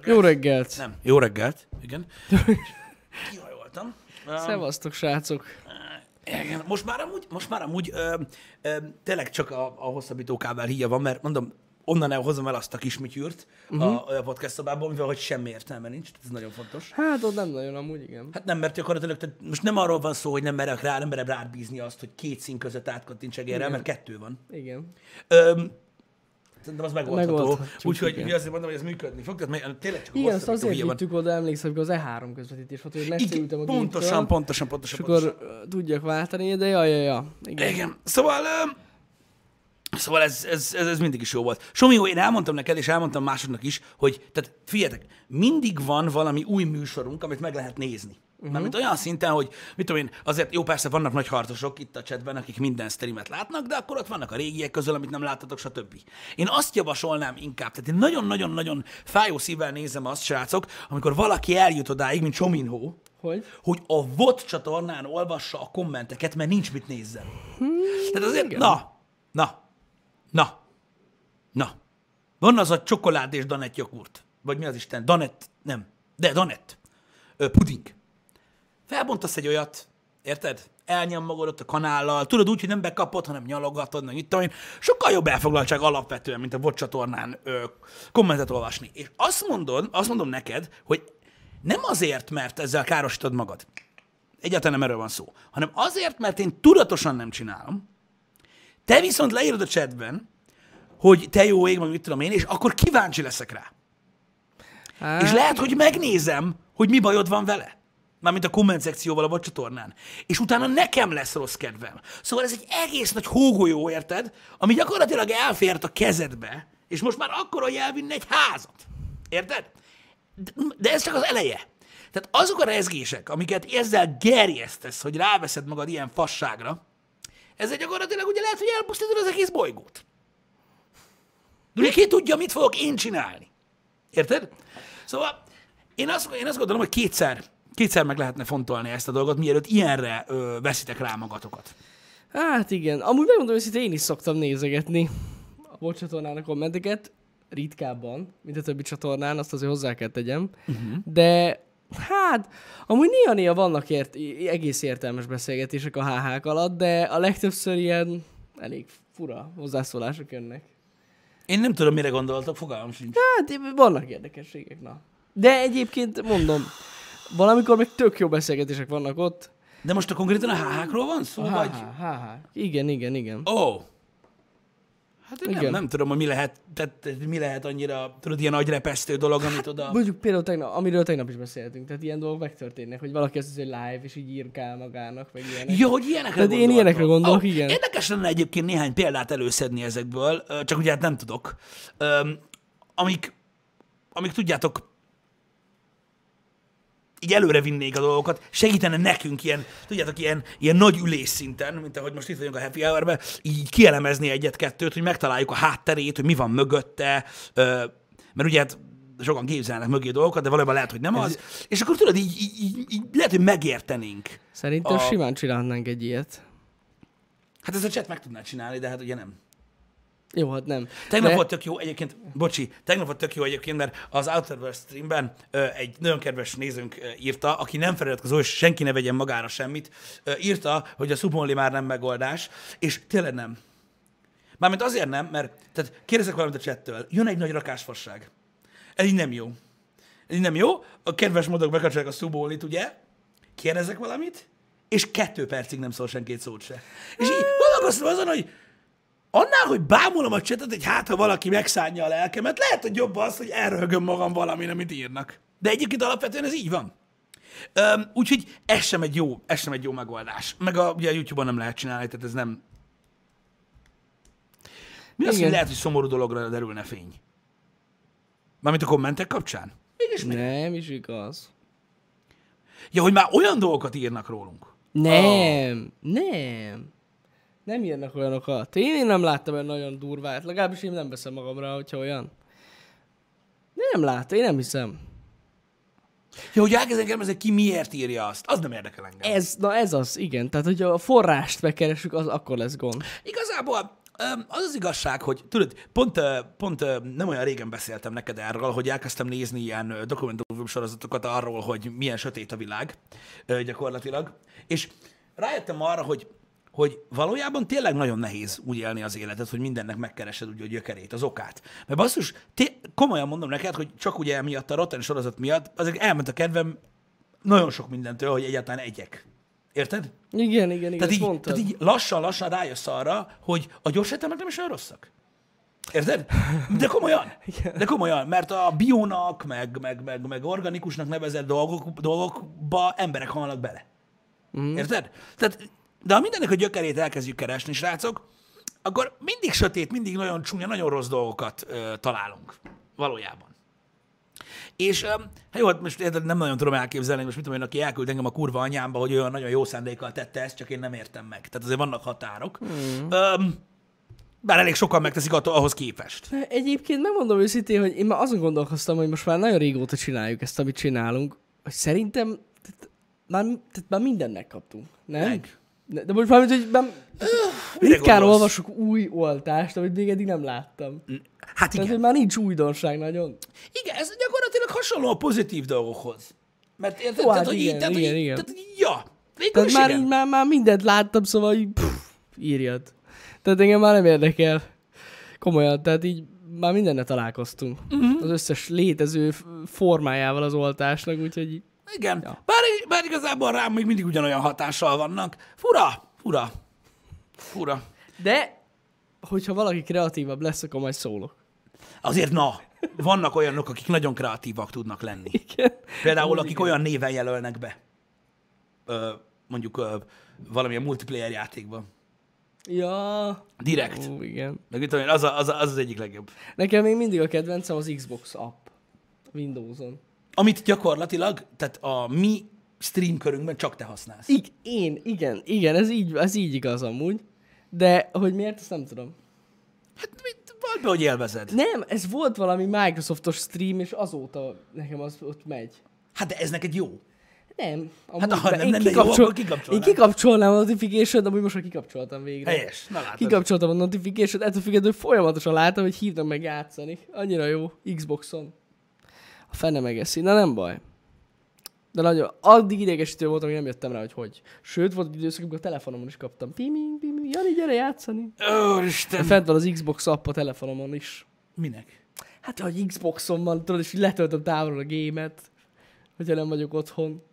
reggelt. Jó reggelt. Nem, jó reggelt, igen. Kihajoltam. Szevasztok, srácok. Igen, most már amúgy tényleg csak a hosszabbító kábel híja van, mert mondom, onnan hozom el azt a kismityűrt a podcast szobából, mivel hogy semmi értelme nincs, ez nagyon fontos. Hát ott nem nagyon amúgy, igen. Hát nem, mert gyakorlatilag, tehát most nem arról van szó, hogy nem merek rád bízni azt, hogy két szín között átkattints egérrel, mert kettő van. Igen. Szerintem az megoldható. Megoldhatjuk, Úgyhogy igen. mi azért mondom, hogy ez működni fog, tehát tényleg csak a Igen, azt hosszabbító azért híja van. vittük oda, emlékszem, hogy az E3 közvetítés volt, hogy leültem a Pontosan. és akkor tudjak váltani, de ja. Igen. Szóval ez mindig is jó volt. Somi, én elmondtam neked, és elmondtam másoknak is, hogy tehát figyeljetek, mindig van valami új műsorunk, amit meg lehet nézni. Mármint olyan szinten, hogy mit tudom én, azért jó, persze vannak nagy harcosok itt a chatben, akik minden streamet látnak, de akkor ott vannak a régiek közül, amit nem láttatok, stb. Én azt javasolnám inkább, tehát én nagyon-nagyon-nagyon fájó szívvel nézem azt, srácok, amikor valaki eljut odáig, mint Sominho, hogy a VOD csatornán olvassa a kommenteket, mert nincs mit nézzen. Tehát azért, igen. Na. Van az a csokolád és Danett joghurt. Vagy mi az Isten? Danett, nem. De Danett. Puding. Felbontasz egy olyat, érted? Elnyom magad ott a kanállal. Tudod úgy, hogy nem bekapod, hanem nyalogatod, meg itt tudom én. Sokkal jobb elfoglaltság alapvetően, mint a VOD csatornán kommentet olvasni. És azt mondom neked, hogy nem azért, mert ezzel károsítod magad. Egyáltalán nem erről van szó. Hanem azért, mert én tudatosan nem csinálom. Te viszont leírod a chatben, hogy te jó ég, meg mit tudom én, és akkor kíváncsi leszek rá. És lehet, hogy megnézem, hogy mi bajod van vele. Mármint a komment szekcióval a VOD csatornán. És utána nekem lesz rossz kedvem. Szóval ez egy egész nagy hógolyó, érted? Ami gyakorlatilag elfért a kezedbe, és most már akkor, hogy elvinne egy házat. Érted? De ez csak az eleje. Tehát azok a rezgések, amiket ezzel gerjesztesz, hogy ráveszed magad ilyen fasságra, ezzel gyakorlatilag ugye lehet, hogy elpusztítod az egész bolygót. De ugye ki tudja, mit fogok én csinálni. Érted? Szóval én azt gondolom, hogy kétszer meg lehetne fontolni ezt a dolgot, mielőtt ilyenre veszitek rá magatokat. Hát igen. Amúgy megmondom őszintén, én is szoktam nézegetni a VOD csatornának kommenteket, ritkábban, mint a többi csatornán, azt azért hozzá kell tegyem. De hát, amúgy néha vannak egész értelmes beszélgetések a HH-k alatt, de a legtöbbször ilyen elég fura hozzászólások jönnek. Én nem tudom, mire gondoltok, fogalmam sincs. Hát, vannak érdekességek, na. De egyébként mondom, valamikor még tök jó beszélgetések vannak ott. De most konkrétan a HH-król van szó, vagy? Igen. Ó. Hát én nem tudom, hogy mi lehet annyira, tudod, ilyen agyrepesztő dolog, amit oda... Mondjuk például amiről tegnap is beszéltünk, tehát ilyen dolgok megtörténnek, hogy valaki azt hiszi, hogy live, és így írkál magának, meg ilyenek. Jó, hogy ilyenekre tehát én ilyenekre gondolok, igen. Érdekes lenne egyébként néhány példát előszedni ezekből, csak ugye hát nem tudok, amik tudjátok, így előre vinnék a dolgokat, segítene nekünk ilyen, tudjátok, ilyen nagy ülésszinten, mint ahogy most itt vagyunk a Happy Hour-ben, így kielemezni egyet-kettőt, hogy megtaláljuk a hátterét, hogy mi van mögötte, mert ugye hát sokan képzelnek mögé dolgokat, de valójában lehet, hogy nem az, és akkor tudod, így lehet, hogy megértenénk. Szerintem simán csinálnánk egy ilyet. Hát ez a chat meg tudná csinálni, de hát ugye nem. Jó, hát nem. Tegnap volt tök jó egyébként, mert az Outerverse streamben egy nagyon kedves nézőnk írta, aki nem feliratkozó, és senki ne vegyen magára semmit, írta, hogy a Subonly már nem megoldás, és tényleg nem. Mármint azért nem, mert tehát kérdezek valamit a chattől, jön egy nagy rakásfasság. Ez így nem jó. A kedves modok bekapcsolják a Subonlyt, ugye? Kérdezek valamit, és 2 percig nem szól senki szót se. És így gondolkoztam azon, hogy annál, hogy bámulom a csetet, hogy hát, ha valaki megszánja a lelkemet, lehet, hogy jobb az, hogy elröhögöm magam valamin, amit írnak. De egyébként alapvetően ez így van. Úgyhogy ez sem egy jó megoldás. Meg ugye a YouTube-on nem lehet csinálni, tehát ez nem... Mi az, hogy lehet, hogy szomorú dologra derülne fény? Mármint a kommentek kapcsán? Nem is igaz. Ja, hogy már olyan dolgokat írnak rólunk. Nem írnak olyanokat. Én nem láttam olyan nagyon durvát. Legalábbis én nem veszem magamra, hogyha olyan. Nem látom, én nem hiszem. Ja, hogy elkezdenek kérdezni, ki miért írja azt, az nem érdekel engem. Ez az, igen. Tehát, hogyha a forrást megkeressük, az akkor lesz gond. Igazából Az az igazság, hogy tudod, pont nem olyan régen beszéltem neked erről, hogy elkezdtem nézni ilyen dokumentumfilm sorozatokat arról, hogy milyen sötét a világ gyakorlatilag, és rájöttem arra, hogy valójában tényleg nagyon nehéz úgy élni az életet, hogy mindennek megkeresed úgy a gyökerét, az okát. Mert basszus, komolyan mondom neked, hogy csak ugye emiatt a Rotten sorozat miatt, azért elment a kedvem nagyon sok mindentől, hogy egyáltalán egyek. Érted? Igen, Tehát így lassan rájössz arra, hogy a gyors ételmek nem is olyan rosszak. Érted? De komolyan, mert a biónak, meg organikusnak nevezett dolgokba emberek halnak bele. Érted? Tehát, de ha mindennek a gyökerét elkezdjük keresni, srácok, akkor mindig sötét, mindig nagyon csúnya, nagyon rossz dolgokat találunk. Valójában. És hát jó, hát most nem nagyon tudom elképzelni, most mit tudom én, aki elküld engem a kurva anyámba, hogy olyan nagyon jó szándékkal tette ezt, csak én nem értem meg. Tehát azért vannak határok. Bár elég sokan megteszik ahhoz képest. Egyébként megmondom őszintén, hogy én már azon gondolkoztam, hogy most már nagyon régóta csináljuk ezt, amit csinálunk, hogy szerintem már mindennek kaptunk, nem? Meg. De most már, hogy ritkán olvasok új oltást, amit még eddig nem láttam. Hát igen. Tehát, már nincs újdonság nagyon. Igen, ez gyakorlatilag hasonló a pozitív dolgokhoz. Mert érted? Jó, Tehát, hát hogy igen. Tehát, ja. Tehát már, így, már mindent láttam, szóval így, írjad. Tehát engem már nem érdekel. Komolyan, tehát így már mindennel találkoztunk. Az összes létező formájával az oltásnak, úgyhogy így. Igen, ja. bár igazából rám még mindig ugyanolyan hatással vannak. Fura. De, hogyha valaki kreatívabb lesz, akkor majd szólok. Azért vannak olyanok, akik nagyon kreatívak tudnak lenni. Igen. Például, akik olyan néven jelölnek be. Mondjuk valamilyen multiplayer játékban. Ja. Direkt. Igen. Meg mit tudom én, az egyik legjobb. Nekem még mindig a kedvencem az Xbox app. Windows-on. Amit gyakorlatilag, tehát a mi stream körünkben csak te használsz. Igen, ez így igaz amúgy. De hogy miért, ezt nem tudom. Hát valahogy be, hogy élvezed. Nem, ez volt valami Microsoftos stream, és azóta nekem az ott megy. Hát de ez neked jó. Nem. Hát ha nem lenne jó, akkor kikapcsolnám. Én kikapcsolnám a notification-t, amúgy most már kikapcsoltam végre. Helyes, na látod. Kikapcsoltam a notification-t, ettől függetlenül folyamatosan láttam, hogy hívnak meg játszani. Annyira jó, Xboxon. A fene megeszi, na nem baj. De nagyon, addig idegesítő voltam, hogy nem jöttem rá, hogy. Sőt, volt egy időszak, amikor a telefonomon is kaptam. Piming, Jani, gyere játszani. Isten. Fent van az Xbox app a telefonomon is. Minek? Hát, hogy Xboxon van, tudod, és letöltöm távolról a gémet, hogyha nem vagyok otthon.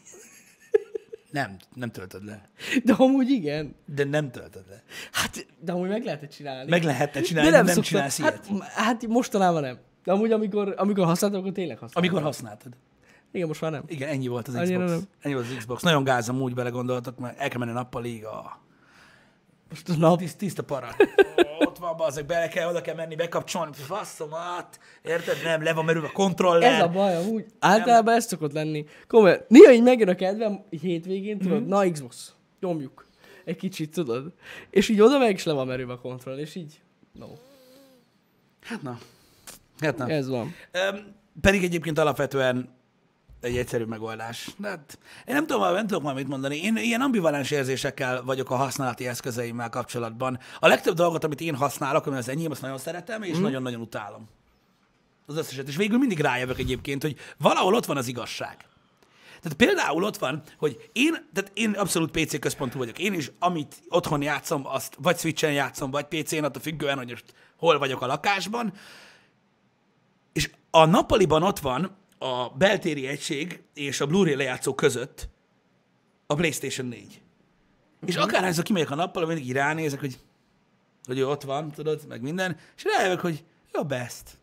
Nem töltöd le. De amúgy igen. De nem töltöd le. Hát, de amúgy meg lehetne csinálni. Meg lehetne csinálni, de nem csinálsz ilyet. Hát mostanában nem. De amúgy, amikor használtam, akkor tényleg használtam. Amikor használtad. Igen, most már nem. Igen, ennyi volt az Annyira Xbox. nem. Ennyi volt az Xbox. Nagyon gázam, úgy belegondoltak, mert el kell menni nappalig Most a nap. Tiszta para. Ott van, azok oda kell menni, bekapcsolni, faszomat. Érted? Nem, le van merülve a kontroller. Ez a baj amúgy. Általában ez szokott lenni. Komolyan. Néha így megjön a kedvem, így hétvégén, tudod, na Xbox, nyomjuk. Egy kicsit, tudod. És így oda meg is le van merülve a kontroll, és így, no. Hát na. Ez van. Pedig egyébként alapvetően egy egyszerű megoldás. De hát, én nem tudok már mit mondani. Én ilyen ambivalens érzésekkel vagyok a használati eszközeimmel kapcsolatban. A legtöbb dolgot, amit én használok, ami az enyém, azt nagyon szeretem, és nagyon-nagyon utálom. Az összeset. És végül mindig rájövök egyébként, hogy valahol ott van az igazság. Tehát például ott van, hogy én abszolút PC központú vagyok. Én is, amit otthon játszom, azt vagy Switchen játszom, vagy PC-n, attól függően, hogy most hol vagyok a lakásban. És a nappaliban ott van a beltéri egység és a Blu-ray lejátszó között a PlayStation 4. És akárhányszor kimegyek a nappal, mindig így ránézek, hogy ő ott van, tudod, meg minden, és rájövök, hogy jó best.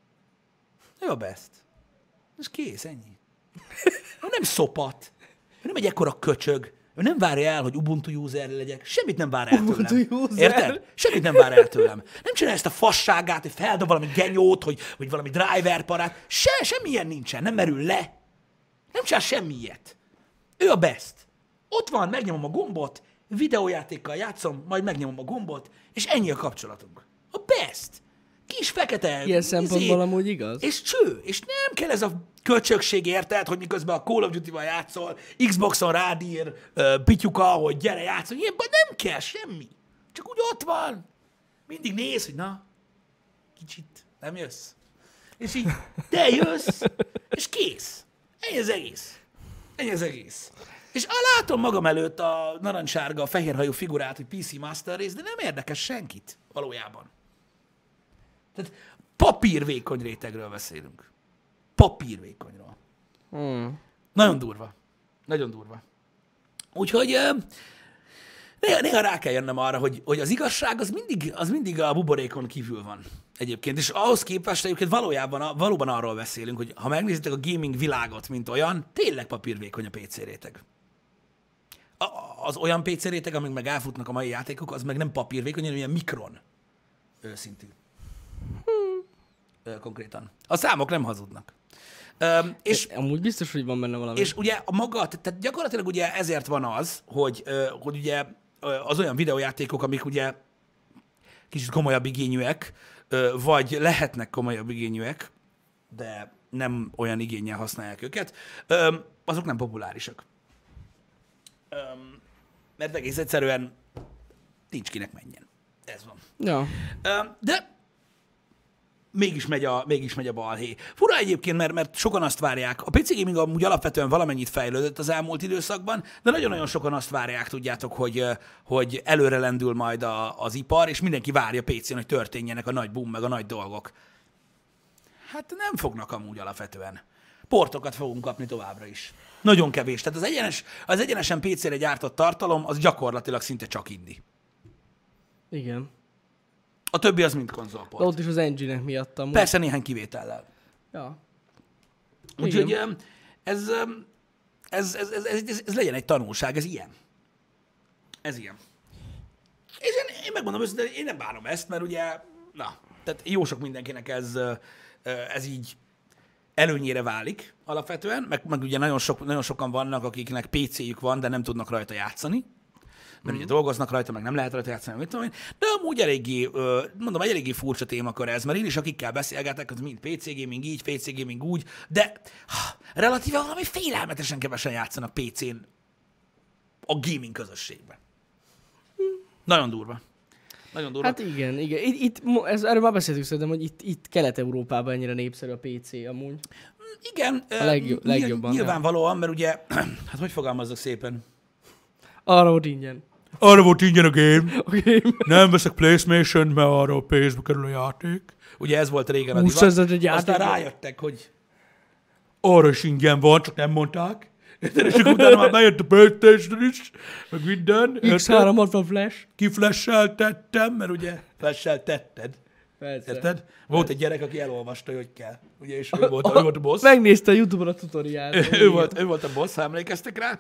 És kész, ennyi. Nem szopat. Nem egy ekkora köcsög. Ő nem várja el, hogy Ubuntu user legyek. Semmit nem vár el tőlem. Érted? Semmit nem vár el tőlem. Nem csinál ezt a fasságát, hogy feldob valami genyót, hogy valami driver parát. Semmilyen nincsen. Nem merül le. Nem csinál semmi ilyet. Ő a best. Ott van, megnyomom a gombot, videójátékkal játszom, majd megnyomom a gombot, és ennyi a kapcsolatunk. A best. Kis fekete. Ilyen szempontból amúgy igaz. És cső. És nem kell ez a köcsögség, érted, hogy miközben a Call of Duty-val játszol, Xboxon rádír Pityuka, hogy gyere játszol. Ilyenben nem kell semmi. Csak úgy ott van. mindig néz, hogy na, kicsit nem jössz. És így, de jössz, és kész. Ennyi az egész. Ennyi az egész. És látom magam előtt a narancssárga, a fehérhajú figurát, hogy PC Master Race, de nem érdekes senkit valójában. Tehát papírvékony rétegről beszélünk. Papírvékonyról. Nagyon durva. Nagyon durva. Úgyhogy néha rá kell jönnöm arra, hogy az igazság az mindig a buborékon kívül van egyébként. És ahhoz képest egyébként valóban arról beszélünk, hogy ha megnézitek a gaming világot, mint olyan, tényleg papírvékony a PC réteg. Az olyan PC réteg, amik meg elfutnak a mai játékok, az meg nem papírvékony, hanem ilyen mikron szintű. Konkrétan. A számok nem hazudnak. És amúgy biztos, hogy van benne valami. És ugye a maga, tehát gyakorlatilag ugye ezért van az, hogy ugye az olyan videójátékok, amik ugye kicsit komolyabb igényűek, vagy lehetnek komolyabb igényűek, de nem olyan igénnyel használják őket, azok nem populárisak. Mert egész egyszerűen nincs kinek menjen. Ez van. Ja. De mégis megy a balhé. Fura egyébként, mert sokan azt várják. A PC gaming amúgy alapvetően valamennyit fejlődött az elmúlt időszakban, de nagyon-nagyon sokan azt várják, tudjátok, hogy előre lendül majd az ipar, és mindenki várja PC-n, hogy történjenek a nagy boom, meg a nagy dolgok. Hát nem fognak amúgy alapvetően. Portokat fogunk kapni továbbra is. Nagyon kevés. Tehát az egyenesen PC-re gyártott tartalom, az gyakorlatilag szinte csak indie. Igen. A többi az mind konzolport. De ott is az engine-ek miatt amúgy. Persze néhány kivétellel. Ja. Úgyhogy ez legyen egy tanulság, ez ilyen. Ez ilyen. És én megmondom őszintén, én nem bánom ezt, mert ugye, tehát jó sok mindenkinek ez így előnyére válik alapvetően, meg ugye nagyon sokan vannak, akiknek PC-jük van, de nem tudnak rajta játszani, mert ugye dolgoznak rajta, meg nem lehet rajta játszani, mit tudom én, de amúgy egy eléggé furcsa témakör ez, mert én is akikkel beszélgetek, az mind PC gaming így, PC gaming úgy, de relatíve valami félelmetesen kevesen játszanak PC-n a gaming közösségben. Nagyon durva. Nagyon durva. Hát igen. Erről már beszéltünk szerintem, hogy itt Kelet-Európában ennyire népszerű a PC amúgy. Igen. A legjobban. Nyilvánvalóan, mert ugye, hát hogy fogalmazzak szépen? Arra volt ingyen. Arra volt ingyen a game. Nem veszek PlayStation, mert arra a pénzbe kerül a játék. Ugye ez volt régen a divat. Aztán rájöttek, hogy arra is ingyen van, csak nem mondták. És akkor utána már bejött a PlayStation is, meg minden. X360 Flash. Kiflasheltettem, mert ugye flasheltetted. Persze. Érted? Volt egy gyerek, aki elolvasta, hogy kell. Ugye, és ő volt a boss. Megnézte a YouTube-on a tutoriát. ő volt a boss, ha emlékeztek rá.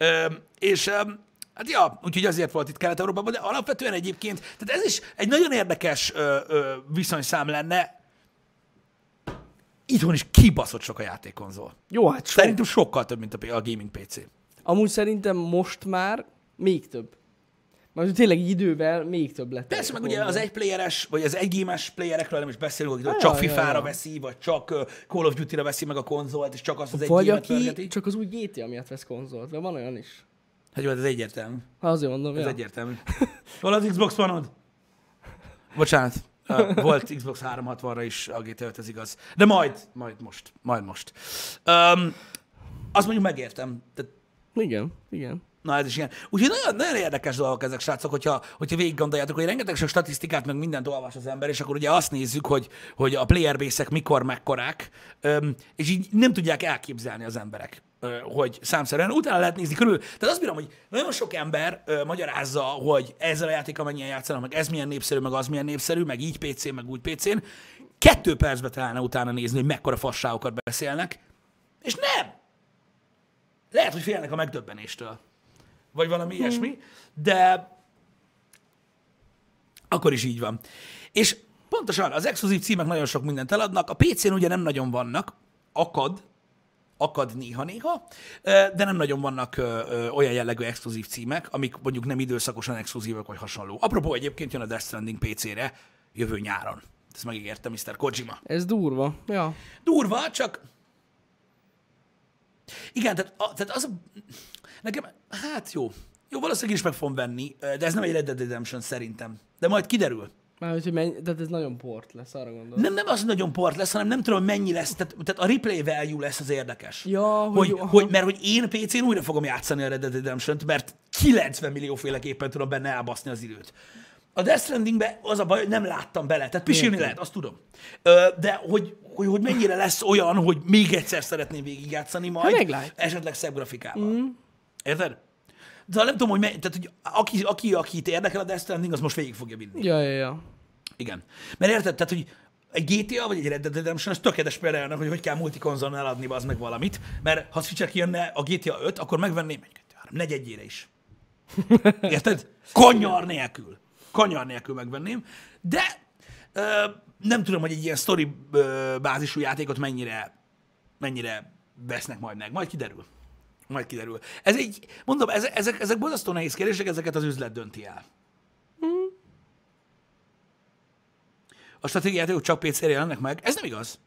Hát ja, úgyhogy azért volt itt Kelet-Európában, de alapvetően egyébként, tehát ez is egy nagyon érdekes viszonyszám lenne. Itthon is kibaszott sok a játékkonzol. Jó, hát sok. Szerintem sokkal több, mint a gaming PC. Amúgy szerintem most már még több. Mert tényleg idővel még több lett. Persze, meg ugye az egyplayeres, vagy az egygémes playerekről nem is beszélünk, hogy csak FIFA-ra veszi, vagy csak Call of Duty-ra veszi meg a konzolt, és csak azt az egy gémet pörgeti. Csak az új GTA miatt vesz konzolt, mert van olyan is. Hát jó, ez egyértelmű. Azért mondom, ez egyértelmű. Hol az Xbox One-od? Bocsánat. Volt Xbox 360-ra is a GTA 5, ez igaz. De majd most. Azt mondjuk megértem. Tehát... Igen. Na ez is ilyen. Úgyhogy nagyon érdekes dolgok ezek, srácok, hogyha végig gondoljátok, hogy rengeteg sok statisztikát, meg mindent olvas az ember, és akkor ugye azt nézzük, hogy a player base-ek mikor mekkorák, és így nem tudják elképzelni az emberek, hogy számszerűen utána lehet nézni körül. Tehát azt bírom, hogy nagyon sok ember magyarázza, hogy ezzel a játékkal mennyien játszanak, meg ez milyen népszerű, meg az milyen népszerű, meg így PC-n, meg úgy PC-n. 2 percbe találna utána nézni, hogy mekkora fasságokat beszélnek, és nem! Lehet, hogy félnek a megdöbbenéstől, vagy valami ilyesmi, de akkor is így van. És pontosan az exkluzív címek nagyon sok mindent eladnak, a PC-n ugye nem nagyon vannak, akad néha-néha, de nem nagyon vannak olyan jellegű exkluzív címek, amik mondjuk nem időszakosan exkluzívak vagy hasonló. Apropó, egyébként jön a Death Stranding PC-re jövő nyáron. Ezt megígérte Mr. Kojima. Ez durva, ja. Durva, csak... Igen, tehát az nekem, hát jó. Jó, valószínűleg is meg fogom venni, de ez nem egy Red Dead Redemption szerintem. De majd kiderül. Már hogy tehát ez nagyon port lesz, arra gondolom. Nem az nagyon port lesz, hanem nem tudom, mennyi lesz, tehát a replay value lesz az érdekes. Ja, Mert hogy én PC-n újra fogom játszani a Red Dead Redemption-t, mert 90 millióféleképpen tudom benne elbaszni az időt. A Death Strandingbe az a baj, hogy nem láttam bele, tehát pisilni lehet, azt tudom. De hogy mennyire lesz olyan, hogy még egyszer szeretném végigjátszani majd, esetleg szebb grafikával. Érted? De nem tudom, tehát, hogy akit érdekel a Death Stranding, az most végig fogja vinni. Ja. Igen. Mert érted, tehát, hogy egy GTA vagy egy Red Dead Redemption, az tökéletes például annak, hogy kell multikonzolon eladni az meg valamit, mert ha csak kijönne a GTA 5, akkor megvenném egy 4-1-ére is. Érted? Kanyar nélkül megvenném, de nem tudom, hogy egy ilyen sztori bázisú játékot mennyire vesznek majd meg. Majd kiderül. Ez egy, mondom, ezek borzasztó nehéz kérdések, ezeket az üzlet dönti el. A stratégiajátékok csak PC-re jelennek meg? Ez nem igaz.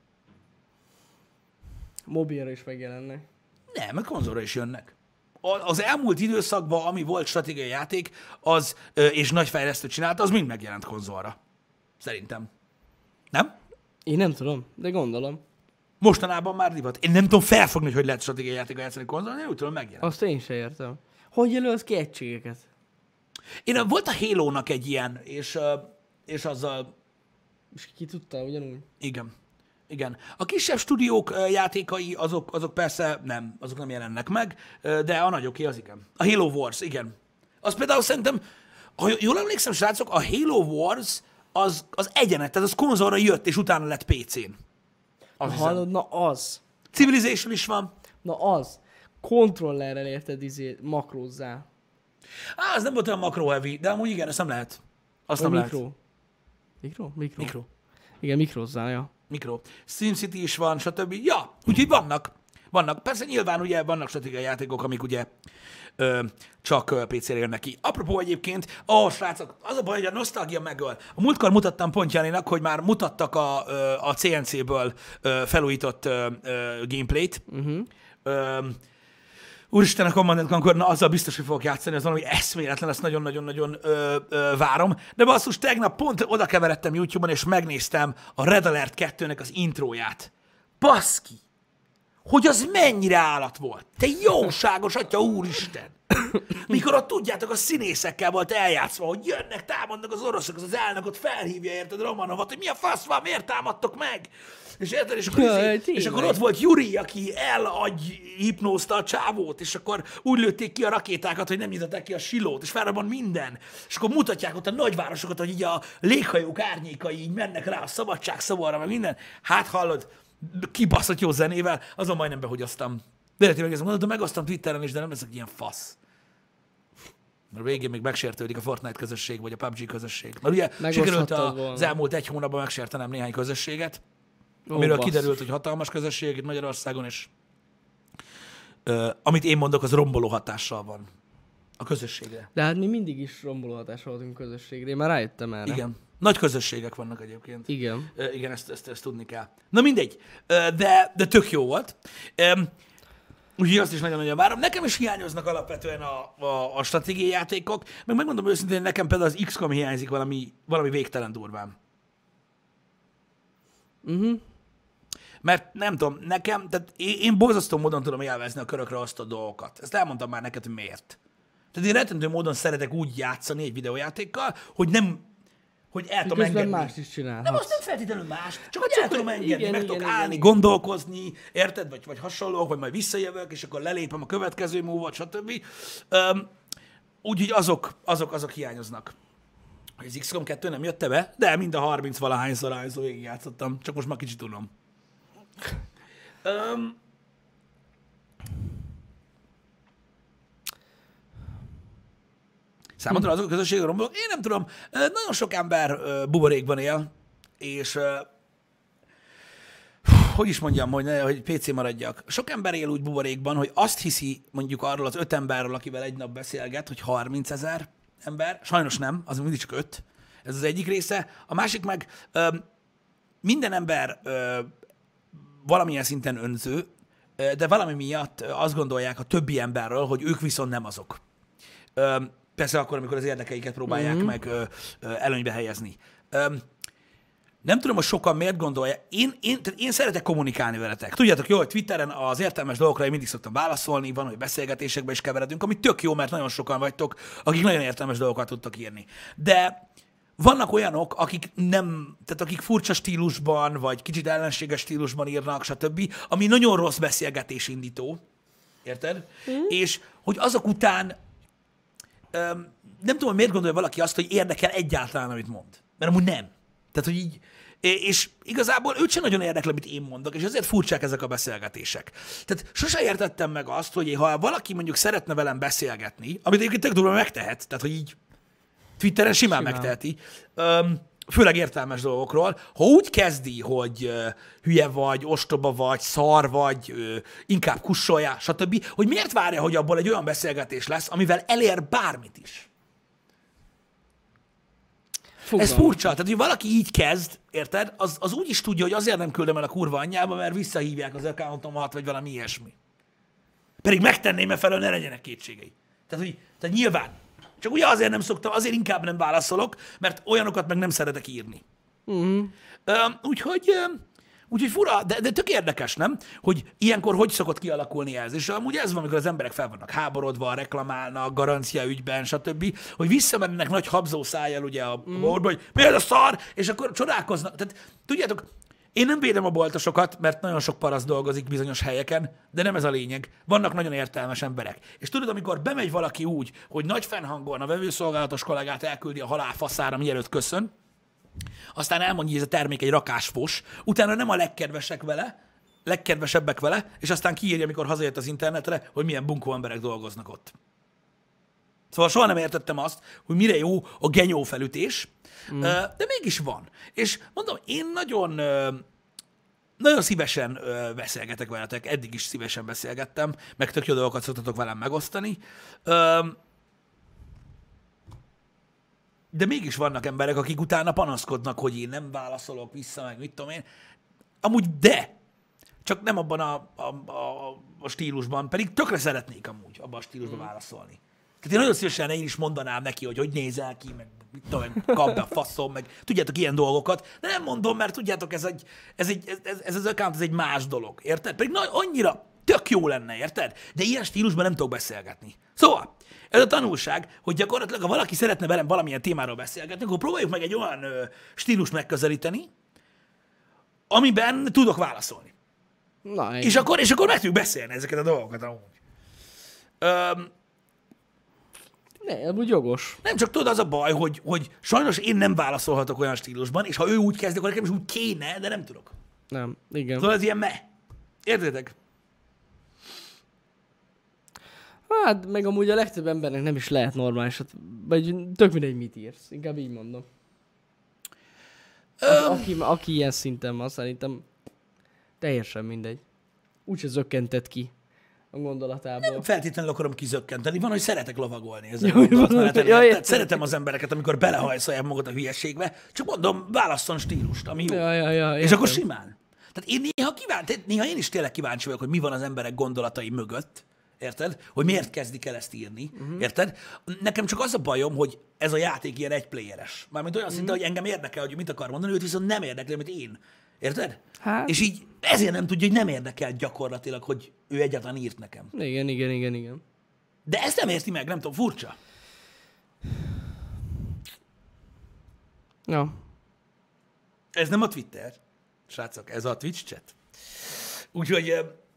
Mobilra is megjelennek. Nem, mert konzolra is jönnek. Az elmúlt időszakban, ami volt stratégiai játék, az, és nagy fejlesztő csinálta, az mind megjelent konzolra. Szerintem. Nem? Én nem tudom, de gondolom. Mostanában már divat. Én nem tudom felfogni, hogy lehet stratégiai játékot játszani konzolon, én úgy tudom, megjelent. Azt én sem értem. Hogy jelölsz ki egységeket? Volt a Halo-nak egy ilyen, és azzal... És ki tudta ugyanúgy? Igen. A kisebb stúdiók játékai, azok persze nem, azok nem jelennek meg, de a nagyoké az igen. A Halo Wars, igen. Az például szerintem, ha jól emlékszem, srácok, a Halo Wars az egyenet, tehát az konzolra jött, és utána lett PC-n. Hallod, na az. Civilization is van. Na az. Kontrollerrel érted makrózzál. Az nem volt olyan makro-heavy, de amúgy igen, ezt nem lehet. Azt nem lehet. Mikro. Igen, mikrozzál, ja. Mikro. SimCity is van, stb. Ja, úgyhogy vannak. Persze nyilván ugye vannak stratégiai játékok, amik ugye csak PC-re jönnek ki. Apropó egyébként, srácok, az a baj, hogy a nosztalgia megöl. A múltkor mutattam Pont Janinak, hogy már mutattak a CNC-ből felújított gameplayt. Úristen, a Command & Conquer, na azzal biztos, hogy fogok játszani, az valami eszméletlen, ezt nagyon-nagyon-nagyon várom. De basszus, tegnap pont oda keveredtem YouTube-on, és megnéztem a Red Alert 2-nek az intróját. Baszki! Hogy az mennyire állat volt. Te jóságos atya, úristen! Mikor ott tudjátok, a színészekkel volt eljátszva, hogy jönnek, támadnak az oroszok, az elnökot felhívja, érted, Romanovat, hogy mi a fasz van, miért támadtok meg? És érted, és akkor ott volt Yuri, aki hipnózta a csávót, és akkor úgy lőtték ki a rakétákat, hogy nem nyitották ki a silót, és felrobbant minden. És akkor mutatják ott a nagyvárosokat, hogy így a léghajók árnyékai így mennek rá a szabadság szavarra, meg minden. Hát hallod, kibaszott jó zenével, azon majdnem behugyoztam. Véletlenül megnézem, mondom, megosztam Twitteren is, de nem leszek ilyen fasz. Mert végén még megsértődik a Fortnite közösség, vagy a PUBG közösség. Mert ugye sikerült az elmúlt egy hónapban megsértenem néhány közösséget, amiről kiderült, hogy hatalmas közösség itt Magyarországon, és amit én mondok, az romboló hatással van a közösségre. De hát mi mindig is romboló hatással voltunk közösségre, én már rájöttem erre. Igen. Nagy közösségek vannak egyébként. Igen. Igen, ezt tudni kell. Na mindegy, de tök jó volt. Úgyhogy azt is nagyon-nagyon várom. Nekem is hiányoznak alapvetően a stratégiai játékok, meg megmondom őszintén, hogy nekem például az XCOM hiányzik valami végtelen durván. Mert nem tudom, nekem, tehát én borzasztó módon tudom élvezni a körökre azt a dolgokat. Ezt elmondtam már neked, hogy miért. Tehát én rettentő módon szeretek úgy játszani egy videójátékkal, hogy el tudom engedni. Mást is csinálhatsz. Nem, azt nem feltétlenül más, csak hogy el tudom engedni, meg tudok állni, gondolkozni, érted, vagy hasonlók, vagy majd visszajövök, és akkor lelépem a következő move-ot, stb. Úgyhogy azok hiányoznak. Az XCOM 2 nem jött be, de mind a 30-valahányszor végig játszottam, csak most már kicsit tudom. Számodra azok a közösségek rombolók? Én nem tudom. Nagyon sok ember buborékban él, és hogy is mondjam, hogy PC maradjak. Sok ember él úgy buborékban, hogy azt hiszi mondjuk arról az 5 emberről, akivel egy nap beszélget, hogy 30 000 ember. Sajnos nem, az mindig csak 5. Ez az egyik része. A másik meg minden ember valamilyen szinten önző, de valami miatt azt gondolják a többi emberről, hogy ők viszont nem azok. Persze akkor, amikor az érdekeiket próbálják meg előnybe helyezni. Nem tudom, hogy sokan miért gondolja. Tehát én szeretek kommunikálni veletek. Tudjátok jó, hogy Twitteren az értelmes dolgokra én mindig szoktam válaszolni, van, hogy beszélgetésekbe is keveredünk, ami tök jó, mert nagyon sokan vagytok, akik nagyon értelmes dolgokat tudtak írni. De vannak olyanok, akik nem, tehát akik furcsa stílusban, vagy kicsit ellenséges stílusban írnak, stb., ami nagyon rossz beszélgetésindító. Érted? És hogy azok után nem tudom, hogy miért gondolja valaki azt, hogy érdekel egyáltalán, amit mond. Mert amúgy nem. Tehát, hogy így, és igazából őt sem nagyon érdekel, amit én mondok, és ezért furcsák ezek a beszélgetések. Tehát sose értettem meg azt, hogy ha valaki mondjuk szeretne velem beszélgetni, amit egyébként tök durva megtehet, tehát, hogy így Twitteren simán megteheti, főleg értelmes dolgokról, ha úgy kezdi, hogy hülye vagy, ostoba vagy, szar vagy, inkább kussolja, stb., hogy miért várja, hogy abból egy olyan beszélgetés lesz, amivel elér bármit is. Ez furcsa, tehát hogy valaki így kezd, érted, az úgy is tudja, hogy azért nem küldöm el a kurva anyjába, mert visszahívják az accountomat, vagy valami ilyesmi. Pedig megtenném, mert felől ne legyenek kétségei. Tehát nyilván. Csak ugye azért nem szoktam, azért inkább nem válaszolok, mert olyanokat meg nem szeretek írni. Úgyhogy fura, de tök érdekes, nem? Hogy ilyenkor hogy szokott kialakulni ez. És amúgy ez van, amikor az emberek fel vannak háborodva, reklamálnak, garancia ügyben, stb., hogy visszamennek nagy habzó szájjal ugye a boltba, hogy mi ez a szar, és akkor csodálkoznak. Tehát tudjátok, én nem védem a boltosokat, mert nagyon sok parasz dolgozik bizonyos helyeken, de nem ez a lényeg. Vannak nagyon értelmes emberek. És tudod, amikor bemegy valaki úgy, hogy nagy fennhangon a vevőszolgálatos kollégát elküldi a halálfaszára, mielőtt köszön, aztán elmondja, hogy ez a termék egy rakásfos, utána nem a legkedvesebbek vele, és aztán kiírja, amikor hazajött az internetre, hogy milyen bunkó emberek dolgoznak ott. Szóval soha nem értettem azt, hogy mire jó a genyó felütés, de mégis van. És mondom, én nagyon szívesen beszélgetek veletek, eddig is szívesen beszélgettem, meg tök jó dolgokat szoktatok velem megosztani. De mégis vannak emberek, akik utána panaszkodnak, hogy én nem válaszolok vissza, meg mit tudom én. Amúgy csak nem abban a stílusban, pedig tökre szeretnék amúgy abban a stílusban válaszolni. Tehát én nagyon szívesen én is mondanám neki, hogy nézel ki, meg mit tudom, meg kap be a faszom, meg tudjátok ilyen dolgokat, de nem mondom, mert tudjátok, ez az account, ez egy más dolog, érted? Pedig annyira tök jó lenne, érted? De ilyen stílusban nem tudok beszélgetni. Szóval, ez a tanulság, hogy gyakorlatilag, ha valaki szeretne velem valamilyen témáról beszélgetni, akkor próbáljuk meg egy olyan stílust megközelíteni, amiben tudok válaszolni. Na, és akkor meg tudjuk beszélni ezeket a dolgokat amúgy. Ne, amúgy jogos. Nem csak tudod, az a baj, hogy sajnos én nem válaszolhatok olyan stílusban, és ha ő úgy kezd, akkor nekem is úgy kéne, de nem tudok. Nem, igen. Szóval ez ilyen Értedek? Hát, meg amúgy a legtöbb embernek nem is lehet normális, vagy tök mindegy, mit írsz. Inkább így mondom. Aki ilyen szinten van, szerintem teljesen mindegy. Úgyse zökkentett ki a gondolatából. Nem feltétlenül akarom kizökkenteni. Van, hogy szeretek lovagolni ezzel a gondolatmeneten. Tehát szeretem az embereket, amikor belehajszolják magad a hülyeségbe, csak mondom, válasszon stílust, ami jó. És akkor simán. Tehát én néha én is tényleg kíváncsi vagyok, hogy mi van az emberek gondolatai mögött. Érted? Hogy miért kezdik el ezt írni. Érted? Nekem csak az a bajom, hogy ez a játék ilyen egyplayeres. Mármint olyan szinte, hogy engem érdekel, hogy mit akar mondani, őt viszont nem érdekli, amit én. Érted? Hát. És így ezért nem tudja, hogy nem érdekel gyakorlatilag, hogy ő egyáltalán írt nekem. Igen. De ezt nem érti meg, nem tudom, furcsa. Ja. Ez nem a Twitter, srácok, ez a Twitch chat. Úgyhogy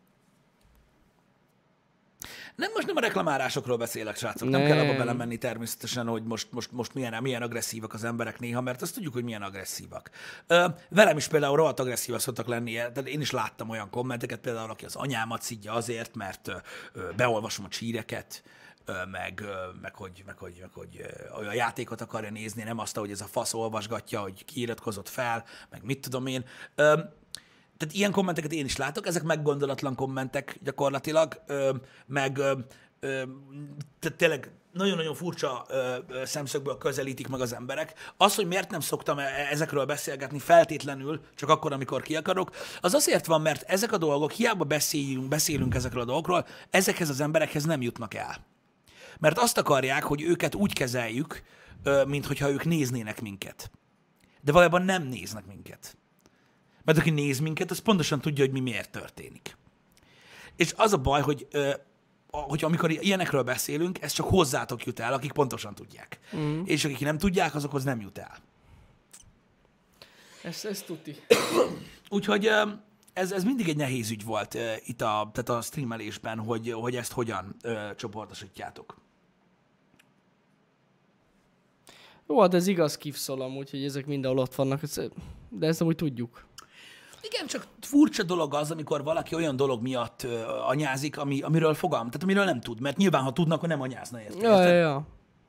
most nem a reklamálásokról beszélek, srácok. Nem kell abba belemenni természetesen, hogy most milyen agresszívak az emberek néha, mert azt tudjuk, hogy milyen agresszívak. Velem is például rohadt agresszívak szoktak lenni, tehát én is láttam olyan kommenteket, például aki az anyámat szidja azért, mert beolvasom a csíreket, meg hogy a játékot akarja nézni, nem azt, hogy ez a fasz olvasgatja, hogy kiiratkozott fel, meg mit tudom én. Tehát ilyen kommenteket én is látok, ezek meggondolatlan kommentek gyakorlatilag, tehát tényleg nagyon-nagyon furcsa szemszögből közelítik meg az emberek. Az, hogy miért nem szoktam ezekről beszélgetni feltétlenül, csak akkor, amikor ki akarok, az azért van, mert ezek a dolgok, hiába beszélünk ezekről a dolgokról, ezekhez az emberekhez nem jutnak el. mert azt akarják, hogy őket úgy kezeljük, minthogyha ők néznének minket. De valójában nem néznek minket. Mert aki néz minket, az pontosan tudja, hogy mi miért történik. És az a baj, hogy amikor ilyenekről beszélünk, ez csak hozzátok jut el, akik pontosan tudják. És akik nem tudják, azokhoz nem jut el. Ez tuti. Úgyhogy ez mindig egy nehéz ügy volt itt tehát a streamelésben, hogy ezt hogyan csoportosítjátok. Jó, hát ez igaz kifszol amúgy, hogy ezek mindenhol ott vannak, de ezt amúgy tudjuk. Igen, csak furcsa dolog az, amikor valaki olyan dolog miatt anyázik, amiről tehát amiről nem tud, mert nyilván, ha tudnak, akkor nem anyázna érte. Ja.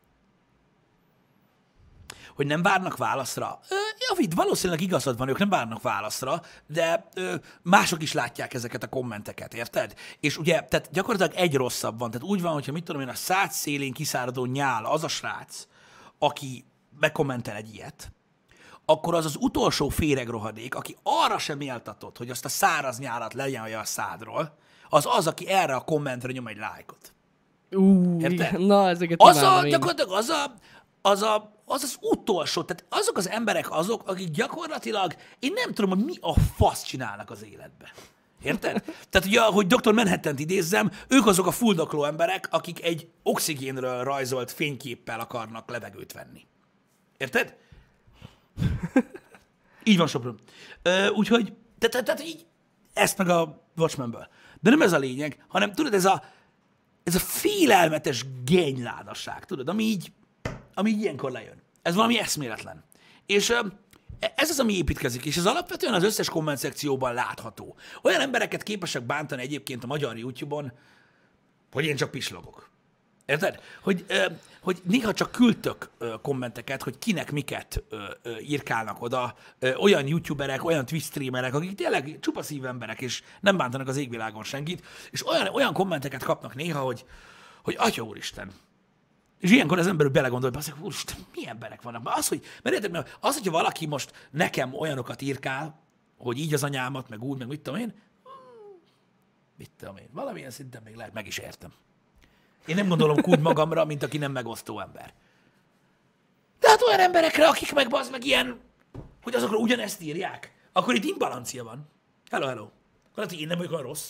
Hogy nem várnak válaszra. Javid, valószínűleg igazad van, ők nem várnak válaszra, de mások is látják ezeket a kommenteket, érted? És ugye, tehát gyakorlatilag egy rosszabb van. Tehát úgy van, hogyha mit tudom én, a szád szélén kiszáradó nyál az a srác, aki bekommentel egy ilyet, akkor az utolsó féregrohadék, aki arra sem méltatott, hogy azt a száraz nyálat lenyalja a szádról, az, aki erre a kommentre nyom egy lájkot. Igen. Na, ezeket Gyakorlatilag az utolsó, tehát azok az emberek akik gyakorlatilag, én nem tudom, hogy mi a fasz csinálnak az életbe. Érted? Tehát ugye, hogy Dr. Manhattan-t idézzem, ők azok a fuldokló emberek, akik egy oxigénről rajzolt fényképpel akarnak levegőt venni. Érted? Így van, Sopron. Úgyhogy, tehát így, ezt meg a Watchmenből. De nem ez a lényeg, hanem tudod, ez a félelmetes gényládasság, tudod, ami így ilyenkor lejön. Ez valami eszméletlen. És ez az, ami építkezik, és ez alapvetően az összes komment szekcióban látható. Olyan embereket képesek bántani egyébként a magyar YouTube-on, hogy én csak pislogok. Érted? Hogy néha csak küldtök kommenteket, hogy kinek miket írkálnak oda olyan youtuberek, olyan Twitch streamerek, akik tényleg csupa szívemberek, és nem bántanak az égvilágon senkit, és olyan kommenteket kapnak néha, hogy Atya úristen. És ilyenkor az ember belegondol, hogy úristen, milyen emberek vannak. Mert hogyha valaki most nekem olyanokat írkál, hogy így az anyámat, meg úgy, meg mit tudom én, valamilyen szinten még lehet, meg is értem. Én nem gondolom úgy magamra, mint aki nem megosztó ember. De hát olyan emberekre, akik meg bazd meg ilyen, hogy azokra ugyanezt írják, akkor itt imbalancia van. Hello. Akkor én nem vagyok olyan rossz.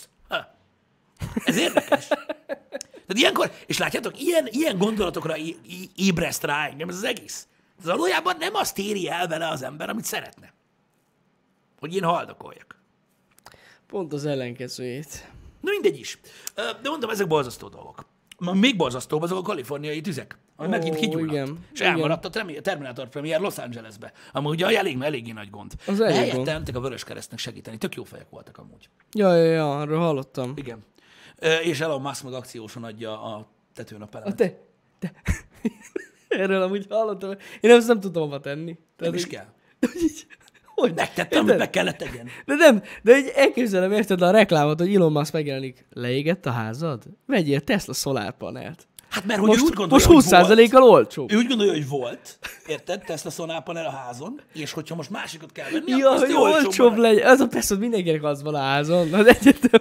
Ez érdekes. Tehát ilyenkor, és látjátok, ilyen gondolatokra ébreszt rá engem ez az egész. Ez valójában nem azt éri el vele az ember, amit szeretne. Hogy én haldokoljak. Pont az ellenkezőjét. Na mindegy is. De mondom, ezek borzasztó dolgok. Még borzasztóbb azok a kaliforniai tüzek, ami megint kigyúlnak. Igen. És elmaradt a Terminator Premier Los Angelesbe. Amúgy ugye eléggé nagy gond. Az de helyette mentek a Vöröskeresztnek segíteni. Tök jó fejek voltak amúgy. Ja, arról hallottam. Igen. És Elon Musk meg akcióson adja a tetőn a pelemet. Te. Erről amúgy hallottam. Én ezt nem tudtam hova tenni. Nem is kell. Hogy? Megtettem, amit meg kellett tegyen. De elképzelem, érted a reklámot, hogy Elon Musk megjelenik. Leégett a házad? Vegyél Tesla szolárpanelt. Hát mert hogy úgy gondolja, most 20%-kal olcsó. Ő úgy gondolja, hogy volt, érted, Tesla szolárpanel a házon, és hogyha most másikat kell venni, ja, akkor hogy olcsóbb legyen. Az a persze, hogy mindenkinek az van a házon. Az egyetem.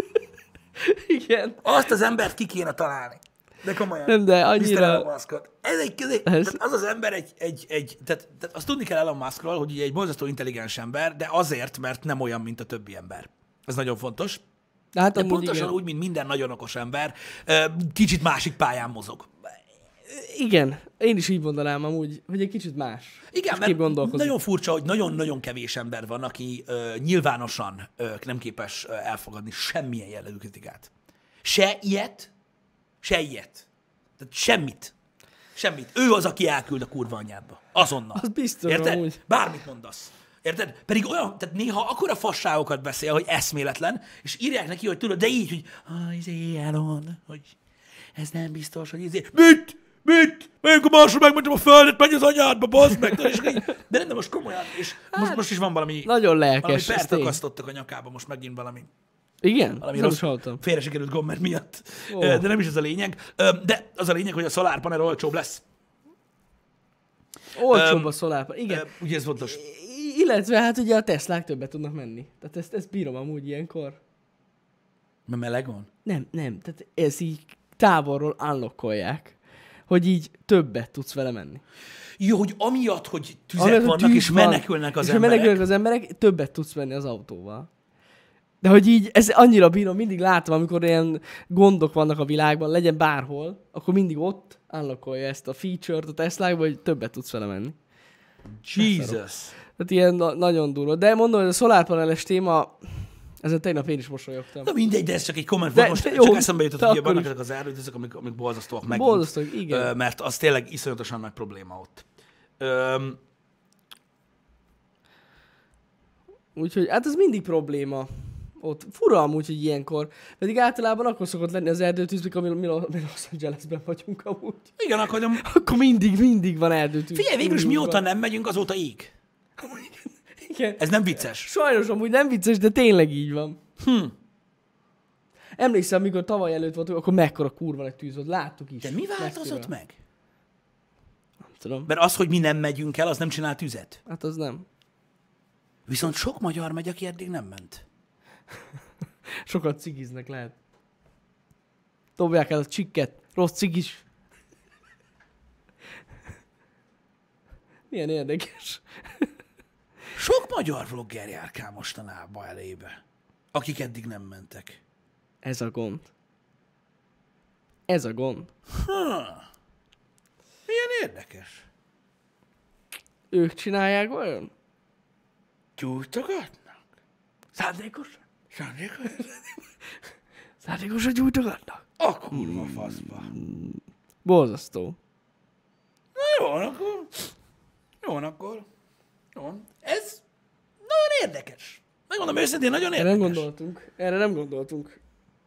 Igen. Azt az embert ki kéne találni. De komolyan. Nem, de annyira... Ez az az ember tehát azt tudni kell Elon Muskról, hogy egy borzasztó intelligens ember, de azért, mert nem olyan, mint a többi ember. Ez nagyon fontos. Hát, de pontosan úgy, mint minden nagyon okos ember, kicsit másik pályán mozog. Igen, én is így mondanám amúgy, hogy egy kicsit más. Igen, mert nagyon furcsa, hogy nagyon-nagyon kevés ember van, aki nyilvánosan nem képes elfogadni semmilyen jellegű kritikát. Se ilyet. Tehát semmit. Ő az, aki elküld a kurva anyádba. Azonnal. Az biztos. Érted? Amúgy. Bármit mondasz. Érted? Pedig olyan, tehát néha akkora fasságokat beszél, hogy eszméletlen, és írják neki, hogy tudod, de így, hogy Elon, hogy ez nem biztos, hogy Mit? Melyik a Marsra megmondtam a Földet, menj az anyádba, bazd meg! De nem, de most komolyan, és most is van valami... Nagyon lelkes. Valami pert akasztottak a nyakába, most megint valami... Igen? Valami rossz, félre sikerült gommer miatt. Oh. De nem is ez a lényeg. De az a lényeg, hogy a szolárpanel olcsóbb lesz. Olcsóbb a szolárpanel, igen. Ugye ez fontos. Illetve hát ugye a Teslák többet tudnak menni. Tehát ezt bírom amúgy ilyenkor. Mert meleg van? Nem. Tehát ez így távolról unlockolják, hogy így többet tudsz vele menni. Jó, hogy amiatt, hogy tüzek Amiatt, hogy vannak, tűz és van, menekülnek az és emberek. menekülnek az emberek, többet tudsz menni az autóval. De hogy így, ez annyira bírom, mindig látom, amikor ilyen gondok vannak a világban, legyen bárhol, akkor mindig ott unlockolja ezt a feature-t a Teslákban, hogy többet tudsz vele menni. Jesus. Tehát ilyen nagyon durva. De mondom, hogy a szolárpaneles téma, ezen tegnap én is mosolyogtam. Na mindegy, de ez csak egy komment De- volt. Most de jó, csak eszembe jutott, de hogy akkor vannak is. ezek az erdőtüzek, amik borzasztóak megint. Borzasztóak, igen. Mert az tényleg iszonyatosan nagy probléma ott. Úgyhogy, hát ez mindig probléma. Ott fura amúgy, hogy ilyenkor. Pedig általában akkor szokott lenni az erdőtűz, mikor mi Los Angelesben vagyunk amúgy. Igen, Akkor mindig van erdőtűz. figyelj, végül is Mindig mióta van. nem megyünk, azóta ég. Igen. Ez nem vicces. Sajnos amúgy nem vicces, de tényleg így van. Emlékszem, amikor tavaly előtt voltunk, akkor mekkora kurva nagy tűz volt. Láttuk is. De mi változott messziről. meg? Nem tudom. Mert az, hogy mi nem megyünk el, az nem csinál tüzet. Hát az nem. Viszont sok magyar megy, aki eddig nem ment. Sokat cigiznek lehet. Dobják el a csikket. Rossz cigis. Milyen érdekes. Sok magyar vlogger járkál mostanában elébe, akik eddig nem mentek. Ez a gond. Ez a gond. Milyen érdekes. Ők csinálják olyan? Gyújtogatnak? Szándékosan? Szándékosan? Szándékosan gyújtogatnak? A kurva faszba. Borzasztó. Na jó, akkor. Jó. Ez nagyon érdekes. Megmondom őszintén, nagyon érdekes. Erre nem gondoltunk.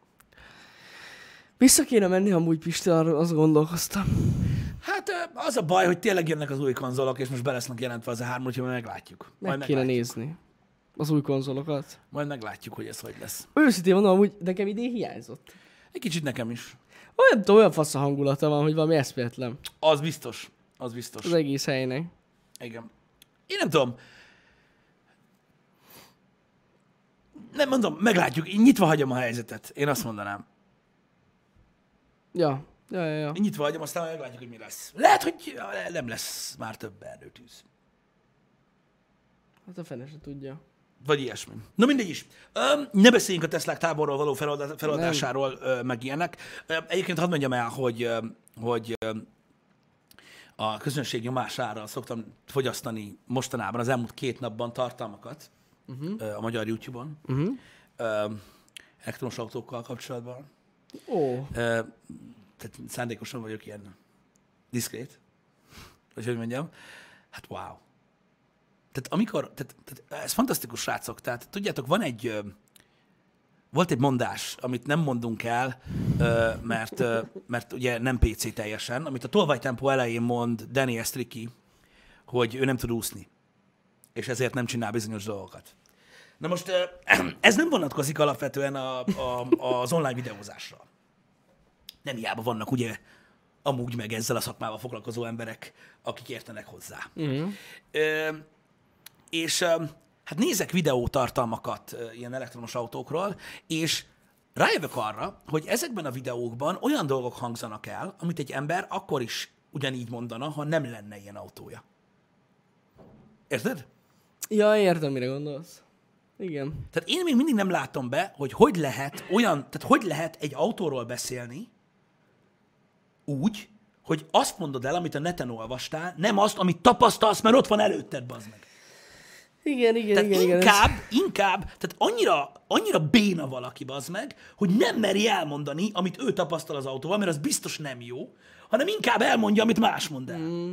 Vissza kéne menni, amúgy Pisti, arra azt gondolkoztam. Hát az a baj, hogy tényleg jönnek az új konzolok, és most be lesznek jelentve az A3, úgyhogy majd meglátjuk. Meg kéne nézni az új konzolokat. Majd meglátjuk, hogy ez hogy lesz. Őszintén mondom, amúgy nekem idén hiányzott. Egy kicsit nekem is. Olyan fasz a hangulata van, hogy valami eszméletlen Az biztos. Az biztos. az egész helynek. Igen. Én nem tudom. Nem mondom, meglátjuk. Én nyitva hagyom a helyzetet. Én azt mondanám. Ja. Én nyitva hagyom, aztán meglátjuk, hogy mi lesz. Lehet, hogy nem lesz már több erdőtűz. Hát a fene se tudja. Vagy ilyesmi. Na mindegy is. Ne beszéljünk a Teslák táborról való feloldásáról, meg ilyenek. Egyébként hadd mondjam el, hogy a közönség nyomására szoktam fogyasztani mostanában az elmúlt 2 napban tartalmakat a magyar YouTube-on. Elektromos autókkal kapcsolatban. Ó. Tehát szándékosan vagyok ilyen diszkrét. Vagy hogy mondjam. Hát wow. Tehát ez fantasztikus, srácok. Tehát tudjátok, volt egy mondás, amit nem mondunk el, mert ugye nem PC teljesen, amit a tolvajtempó elején mond Danny Estriki, hogy ő nem tud úszni, és ezért nem csinál bizonyos dolgokat. Na most ez nem vonatkozik alapvetően az online videózásra. Nem hiába vannak ugye amúgy meg ezzel a szakmával foglalkozó emberek, akik értenek hozzá. És hát nézek videótartalmakat ilyen elektromos autókról, és rájövök arra, hogy ezekben a videókban olyan dolgok hangzanak el, amit egy ember akkor is ugyanígy mondana, ha nem lenne ilyen autója. Érted? Ja, értem, mire gondolsz. Igen. Tehát én még mindig nem látom be, hogy lehet tehát hogy lehet egy autóról beszélni úgy, hogy azt mondod el, amit a neten olvastál, nem azt, amit tapasztalsz, mert ott van előtted, bazd meg. Igen. Inkább, tehát annyira béna valaki, bazd meg, hogy nem meri elmondani, amit ő tapasztal az autóval, mert az biztos nem jó, hanem inkább elmondja, amit más mond el.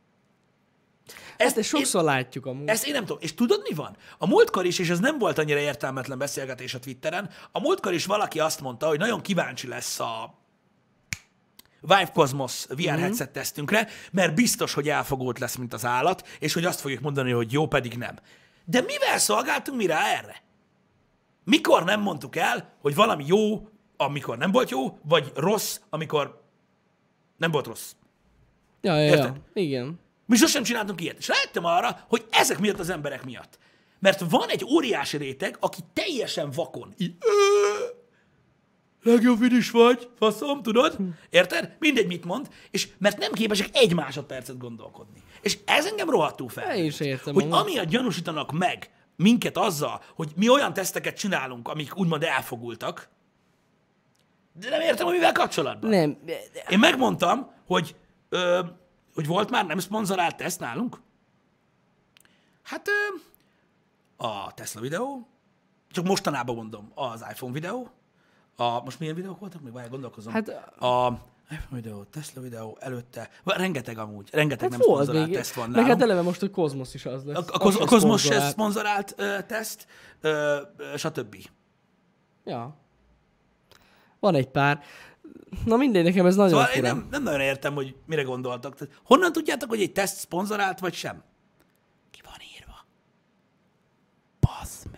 Ezt sokszor látjuk amúgy. Ezt én nem tudom. És tudod, mi van? A múltkor is, és ez nem volt annyira értelmetlen beszélgetés a Twitteren, a múltkor is valaki azt mondta, hogy nagyon kíváncsi lesz a Vive Cosmos VR headset tesztünkre, mert biztos, hogy elfogult lesz, mint az állat, és hogy azt fogjuk mondani, hogy jó, pedig nem. De mivel szolgáltunk mi rá erre? Mikor nem mondtuk el, hogy valami jó, amikor nem volt jó, vagy rossz, amikor nem volt rossz? Ja. Igen. Mi sosem csináltunk ilyet. És rájöttem arra, hogy ezek miatt az emberek miatt. Mert van egy óriási réteg, aki teljesen vakon. legjobb finish vagy, faszom, tudod? Érted? Mindegy, mit mond, és mert nem képesek egy másodpercet gondolkodni. És ez engem rohadtul fel. Én is értem. Hogy amúgy. amiatt gyanúsítanak meg minket azzal, hogy mi olyan teszteket csinálunk, amik úgymond elfogultak, de nem értem, hogy mivel kapcsolatban. Nem. Én megmondtam, hogy volt már nem szponzorált teszt nálunk. Hát a Tesla videó, csak mostanában mondom, az iPhone videó, most milyen videók voltak? Még várjál, gondolkozom. Hát, A iPhone videó, Tesla videó előtte, rengeteg hát nem volt szponzorált még. teszt van Meg nálunk. hát eleve most a Cosmos is az lesz. A Cosmos se szponzorált teszt, stb. Ja. Van egy pár. Na mindegy, nekem ez nagyon Szóval fura. én nem nagyon értem, hogy mire gondoltak. Tehát honnan tudjátok, hogy egy teszt szponzorált, vagy sem? Ki van írva? Bazd meg.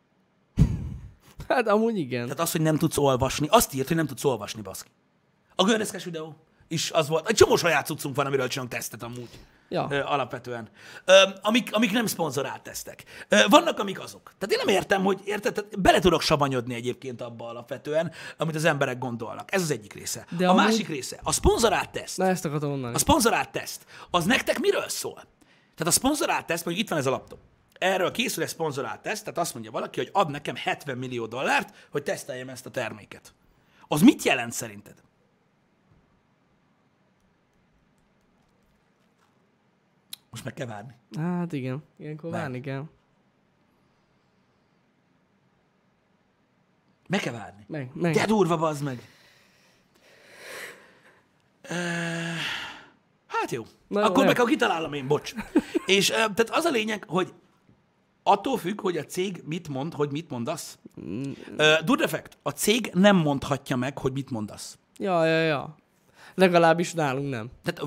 Hát amúgy igen. Tehát az, hogy nem tudsz olvasni, azt írt, hogy nem tudsz olvasni, baszki. A Görneszkes videó is az volt. Egy csomó saját cuccunk van, amiről csinálunk tesztet amúgy. Ja. Alapvetően. Amik nem szponzorált tesztek. Vannak, amik azok. Tehát én nem értem, hogy érted, tehát bele tudok savanyodni egyébként abba alapvetően, amit az emberek gondolnak. Ez az egyik része. De a amúgy... másik része, a szponzorált teszt. Na ezt akartam mondani. A szponzorált teszt, az nektek miről szól? Tehát a szponzorált teszt, mondjuk itt van ez a laptop. Erről készül egy szponzorált teszt, tehát azt mondja valaki, hogy ad nekem $70 millió, hogy teszteljem ezt a terméket. Az mit jelent szerinted? Most meg kell várni. Hát igen. Ilyenkor várni kell. Meg kell várni. Meg. De durva, bazd meg. Hát jó. Na, Akkor jó. meg, ha kitalálom én, bocs. És tehát az a lényeg, hogy attól függ, hogy a cég mit mond, hogy mit mondasz. Durva effect. A cég nem mondhatja meg, hogy mit mondasz. Ja. Legalábbis nálunk nem. Tehát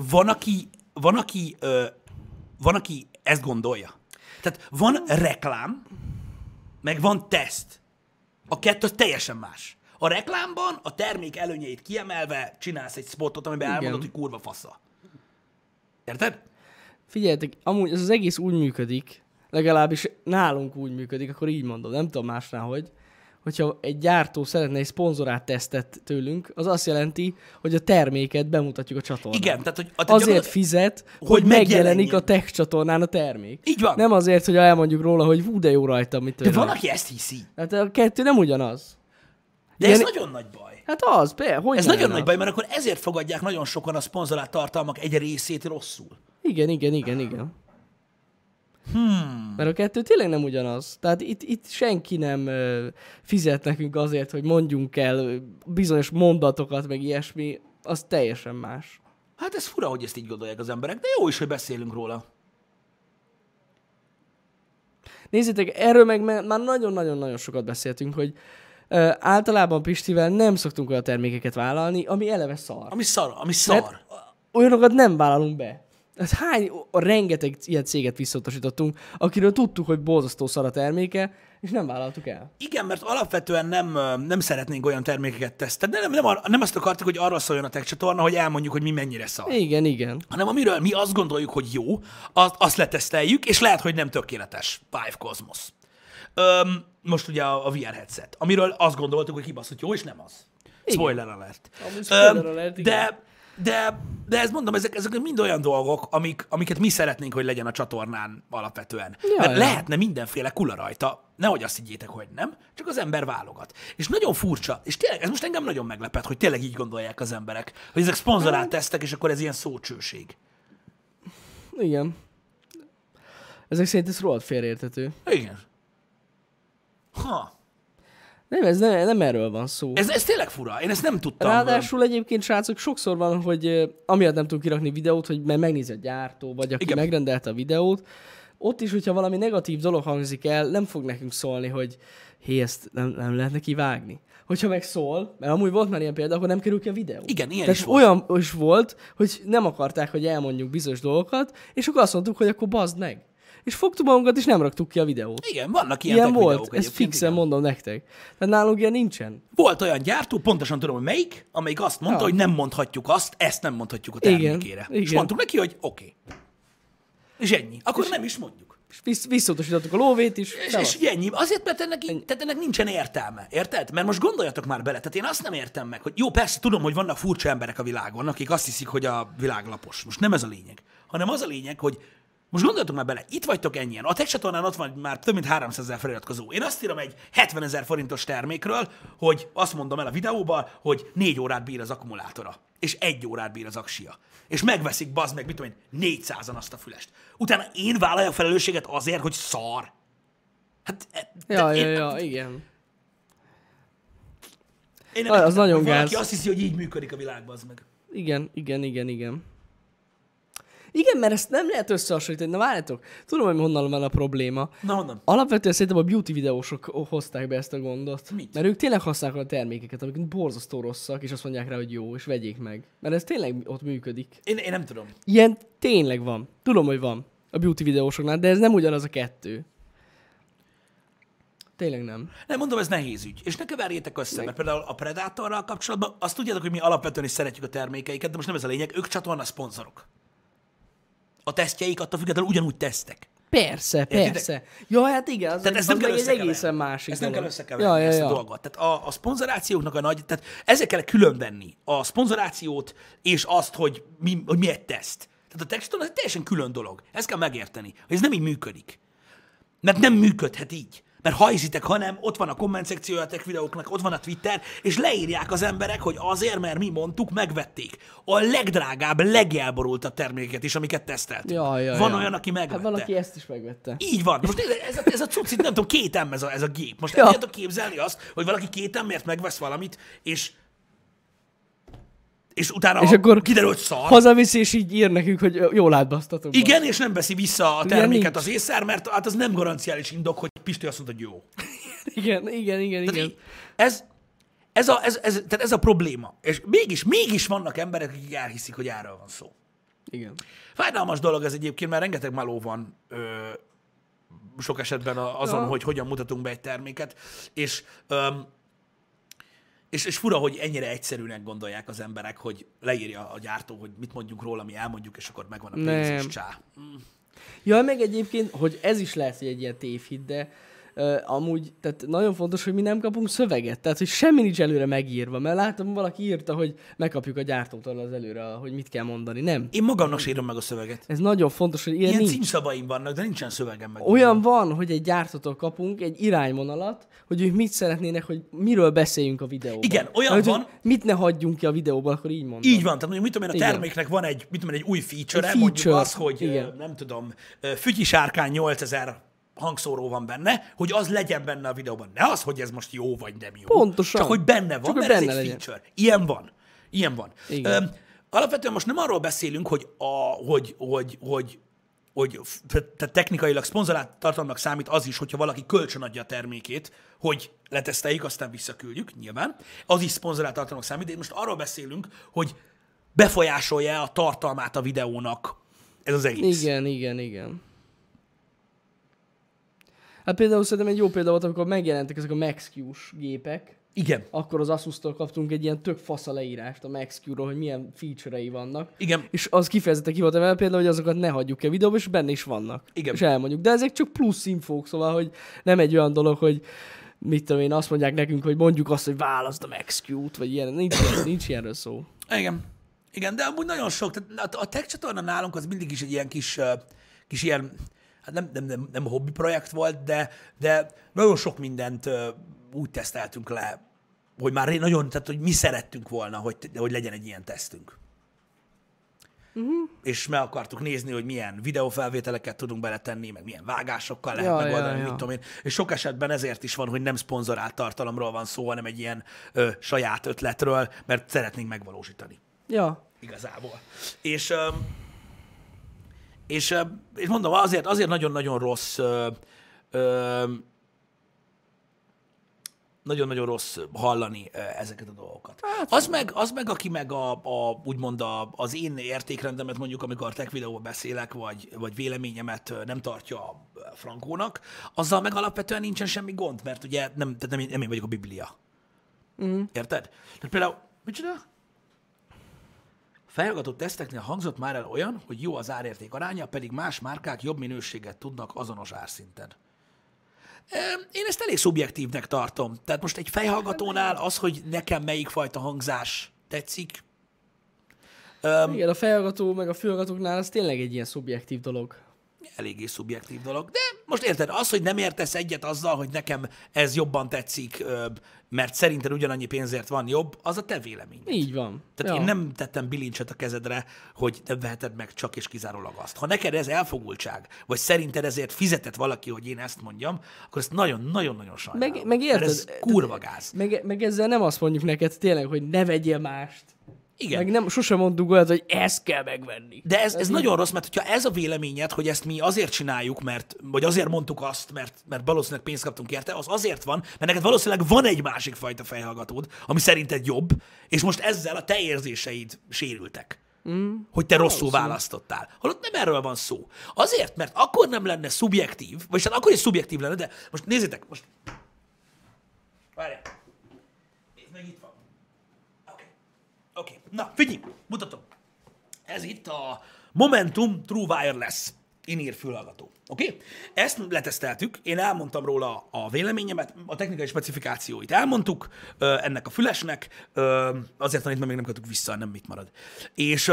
van, aki ezt gondolja. Tehát van reklám, meg van teszt. A kettő teljesen más. A reklámban a termék előnyeit kiemelve csinálsz egy spotot, amiben Igen. elmondod, hogy kurva fasza. Érted? Figyeljetek, amúgy ez az egész úgy működik, legalábbis nálunk úgy működik, akkor így mondom, nem tudom másnál, hogyha egy gyártó szeretne egy szponzorált tesztet tőlünk, az azt jelenti, hogy a terméket bemutatjuk a csatornán. Igen, tehát hogy Azért fizet, hogy megjelenik a tech csatornán a termék. Így van. Nem azért, hogy elmondjuk róla, hogy hú, de jó rajta, mit De van, aki ezt hiszi. Hát a kettő nem ugyanaz. De ez nagyon nagy baj. Hát az, hogy Ez nem nagyon az? nagy baj, mert akkor ezért fogadják nagyon sokan a szponzorált tartalmak egy részét rosszul. Igen. Mert a kettő tényleg nem ugyanaz. Tehát itt senki nem fizet nekünk azért, hogy mondjunk el bizonyos mondatokat, meg ilyesmi, az teljesen más. Hát ez fura, hogy ezt így gondolják az emberek, de jó is, hogy beszélünk róla. Nézzétek, erről meg már nagyon-nagyon-nagyon sokat beszéltünk, hogy általában Pistivel nem szoktunk olyan termékeket vállalni, ami eleve szar. Ami szar. Mert olyanokat nem vállalunk be. Hát rengeteg ilyen céget visszautasítottunk, akiről tudtuk, hogy borzasztó szar a terméke, és nem vállaltuk el. Igen, mert alapvetően nem szeretnénk olyan termékeket tesztelni. Nem azt akartuk, hogy arra szóljon a tech csatorna, hogy elmondjuk, hogy mi mennyire szar. Igen. Hanem amiről mi azt gondoljuk, hogy jó, azt leteszteljük, és lehet, hogy nem tökéletes. Vive Cosmos. Most ugye a VR headset, amiről azt gondoltuk, hogy kibaszott jó, és nem az. Spoiler alert. Spoiler alert, igen. De ezt mondom, ezek mind olyan dolgok, amiket mi szeretnénk, hogy legyen a csatornán alapvetően. Mert lehetne mindenféle kula rajta, nehogy azt higgyétek, hogy nem, csak az ember válogat. És nagyon furcsa, és tényleg ez most engem nagyon meglepett, hogy tényleg így gondolják az emberek, hogy ezek szponzorált tesztek, és akkor ez ilyen szócsőség. Igen. Ezek szerint ez rohadt félreérthető. Igen. Nem, ez nem erről van szó. Ez tényleg fura, én ezt nem tudtam. Ráadásul egyébként, srácok, sokszor van, hogy amiatt nem tudunk kirakni videót, hogy megnézi a gyártó, vagy aki megrendelte a videót, ott is, hogyha valami negatív dolog hangzik el, nem fog nekünk szólni, hogy hé, ezt nem lehet neki vágni. Hogyha meg szól, mert amúgy volt már ilyen példa, akkor nem kerül ki a videó. Igen, ilyen Tehát is volt. olyan is volt, hogy nem akarták, hogy elmondjuk bizonyos dolgokat, és akkor azt mondtuk, hogy akkor bazd meg. És fogtuk magunkat, és nem raktuk ki a videót. Igen, vannak ilyen Ilyen volt, videók ezt fixen mondom nektek. Tehát nálunk ilyen nincsen. Volt olyan gyártó, pontosan tudom, hogy melyik, amelyik azt mondta, hogy nem mondhatjuk ezt nem mondhatjuk a termékére. Igen. És mondtuk neki, hogy oké. És ennyi. Akkor nem is mondjuk. És visszautasítottuk a lóvét is. És ugye ennyi. Azért, mert tehát ennek nincsen értelme. Érted? Mert most gondoljatok már bele. Tehát én azt nem értem meg, hogy jó, persze tudom, hogy vannak furcsa emberek a világon, akik azt hiszik, hogy a világ lapos. Most nem ez a lényeg. Hanem az a lényeg, hogy most gondoljatok már bele, itt vagytok ennyien. A tech csatornán ott van már több mint 300 000 feliratkozó. Én azt írom egy 70 000 forintos termékről, hogy azt mondom el a videóban, hogy 4 órát bír az akkumulátora. És 1 órát bír az aksia. És megveszik, bazd meg, mit tudom én, 400-an azt a fülest. Utána én vállaljak felelősséget azért, hogy szar. Hát... Igen. Én nem Az értem, nagyon hogy gáz. valaki azt hiszi, hogy így működik a világ, bazd meg. Igen. Igen, mert ezt nem lehet összehasonlítani. Na várjátok, tudom, hogy honnan van a probléma. Na honnan? Alapvetően szerintem a beauty videósok hozták be ezt a gondot. Mit? Mert ők tényleg használják a termékeket, amik borzasztó rosszak, és azt mondják rá, hogy jó, és vegyék meg. Mert ez tényleg ott működik. Én nem tudom. Ilyen tényleg van. Tudom, hogy van a beauty videósoknál, de ez nem ugyanaz a kettő. Tényleg nem. Nem, mondom, ez nehéz ügy. És ne keverjétek össze, mert például a Predatorral kapcsolatban azt tudjátok, hogy mi alapvetően is szeretjük a termékeiket, de most nem ez a lényeg, ők csatorna szponzorok. A tesztjeik attól függetlenül ugyanúgy tesztek. Persze. Ja, hát igen, az, Tehát ezt nem az kell meg egy összekeverni. egészen másik Ezt nem kell dolog. összekeverni, ezt a dolgot. Tehát a szponzorációknak a nagy... Tehát ezzel kell különvenni. A szponzorációt és azt, hogy mi egy teszt. Tehát a texton az egy teljesen külön dolog. Ezt kell megérteni, hogy ez nem így működik. Mert nem működhet így. Mert ha hiszitek, hanem ott van a komment szekciója a tech videóknak, ott van a Twitter, és leírják az emberek, hogy azért, mert mi mondtuk, megvették. A legdrágább, legelborultabb terméket is, amiket teszteltünk. Van olyan, aki megvette. Hát valaki ezt is megvette. Így van. Most ez a cucc, itt nem tudom, 2 M ez a gép. Most el tudjátok képzelni azt, hogy valaki 2 M-ért megvesz valamit, és utána és akkor kiderül, hogy szar. Hazaviszi, és így ír nekünk, hogy jól átbasztatok. Igen, és nem veszi vissza a terméket az észer, mert hát az nem garanciális indok, hogy Pisti azt mondta, hogy jó. Igen. Tehát ez a probléma. És mégis vannak emberek, akik elhiszik, hogy erről van szó. Igen. Fájdalmas dolog ez egyébként, mert rengeteg meló van sok esetben azon, hogy hogyan mutatunk be egy terméket, és fura, hogy ennyire egyszerűnek gondolják az emberek, hogy leírja a gyártó, hogy mit mondjunk róla, mi elmondjuk, és akkor megvan a pénz, és csá. Ja, meg egyébként, hogy ez is lehet, hogy egy ilyen tévhit, de amúgy, tehát nagyon fontos, hogy mi nem kapunk szöveget, tehát hogy semmi nincs előre megírva, mert látom, valaki írta, hogy megkapjuk a gyártótól az előre, hogy mit kell mondani, nem? Én magamnak sem írom meg a szöveget. Ez nagyon fontos, hogy ilyen nincs. Címszavaim vannak, de nincsen szövegem meg. Olyan van, hogy egy gyártótól kapunk egy irányvonalat, hogy ők mit szeretnének, hogy miről beszéljünk a videóban. Igen, olyan van. Hogy mit ne hagyjunk ki a videóban, akkor így mondom. Így van, tehát mondjuk, mit tudom én, a terméknek van egy új feature-e, mondjuk az, hogy nem tudom, fütyisárkány 8000 hangszóró van benne, hogy az legyen benne a videóban. Ne az, hogy ez most jó vagy nem jó. Pontosan. Csak hogy benne van, csak mert benne ez egy legyen. feature. Ilyen van. Alapvetően most nem arról beszélünk, hogy tehát technikailag szponzorált tartalomnak számít az is, hogyha valaki kölcsönadja a termékét, hogy leteszteljük, aztán visszaküldjük, nyilván. Az is szponzorált tartalomnak számít, de most arról beszélünk, hogy befolyásolja a tartalmát a videónak ez az egész. Igen. Hát például szerintem egy jó példa volt, amikor megjelentek ezek a Max-Q-s gépek. Igen. Akkor az Asus-tól kaptunk egy ilyen tök fasz a leírást a Max-Q-ról, hogy milyen feature-ei vannak. Igen. És az kifejezetten ki volt emelve például, hogy azokat ne hagyjuk ki a videóba, és benne is vannak. Igen. És elmondjuk. De ezek csak plusz infók, szóval, hogy nem egy olyan dolog, hogy mit tudom én, azt mondják nekünk, hogy mondjuk azt, hogy válaszd a Max-Q-t, vagy ilyen. Nincs ilyenről szó. Igen, de amúgy nagyon sok. Tehát a tech csatorna nálunk az mindig is egy ilyen kis ilyen, hát nem hobbi projekt volt, de nagyon sok mindent úgy teszteltünk le, hogy már nagyon, tehát hogy mi szerettünk volna, hogy legyen egy ilyen tesztünk. És meg akartuk nézni, hogy milyen videófelvételeket tudunk beletenni, meg milyen vágásokkal lehet megoldani, mit tudom én. És sok esetben ezért is van, hogy nem szponzorált tartalomról van szó, hanem egy ilyen saját ötletről, mert szeretnénk megvalósítani. Ja. Igazából. És mondom, azért nagyon-nagyon rossz nagyon-nagyon rossz hallani ezeket a dolgokat. Hát, az meg, aki meg úgymond az én értékrendemet mondjuk, amikor tech videóban beszélek, vagy véleményemet nem tartja frankónak, azzal meg alapvetően nincsen semmi gond, mert ugye nem én vagyok a Biblia. Érted? Tehát például, micsoda? Fejhallgató teszteknél hangzott már el olyan, hogy jó az árérték aránya, pedig más márkák jobb minőséget tudnak azonos árszinten. Én ezt elég szubjektívnek tartom. Tehát most egy fejhallgatónál az, hogy nekem melyik fajta hangzás tetszik. Igen, a fejhallgató meg a fülhallgatóknál az tényleg egy ilyen szubjektív dolog. Eléggé szubjektív dolog. De most érted, az, hogy nem értesz egyet azzal, hogy nekem ez jobban tetszik, mert szerinted ugyanannyi pénzért van jobb, az a te véleményed. Így van. Tehát én nem tettem bilincset a kezedre, hogy nem veheted meg csak és kizárólag azt. Ha neked ez elfogultság, vagy szerinted ezért fizetett valaki, hogy én ezt mondjam, akkor ezt nagyon-nagyon sajnálom. Meg érted, ez kurva gáz. Meg ezzel nem azt mondjuk neked tényleg, hogy ne vegyél mást. Igen. Meg nem, sosem mondunk olyat, hogy ezt kell megvenni. De ez nagyon rossz, mert hogyha ez a véleményed, hogy ezt mi azért csináljuk, vagy azért mondtuk azt, mert valószínűleg pénzt kaptunk érte, az azért van, mert neked valószínűleg van egy másik fajta fejhallgatód, ami szerinted jobb, és most ezzel a te érzéseid sérültek. Hogy te rosszul választottál. Holott nem erről van szó. Azért, mert akkor nem lenne szubjektív, vagy hát akkor is szubjektív lenne, de most nézzétek, most... Várjál. Nézd meg, itt van. Oké. Na, figyelj, mutatom. Ez itt a Momentum True Wireless in-ear fülhallgató. Oké? Ezt leteszteltük, én elmondtam róla a véleményemet, a technikai specifikációit elmondtuk ennek a fülesnek, azért van itt, mert még nem kaptuk vissza, nem mit marad. És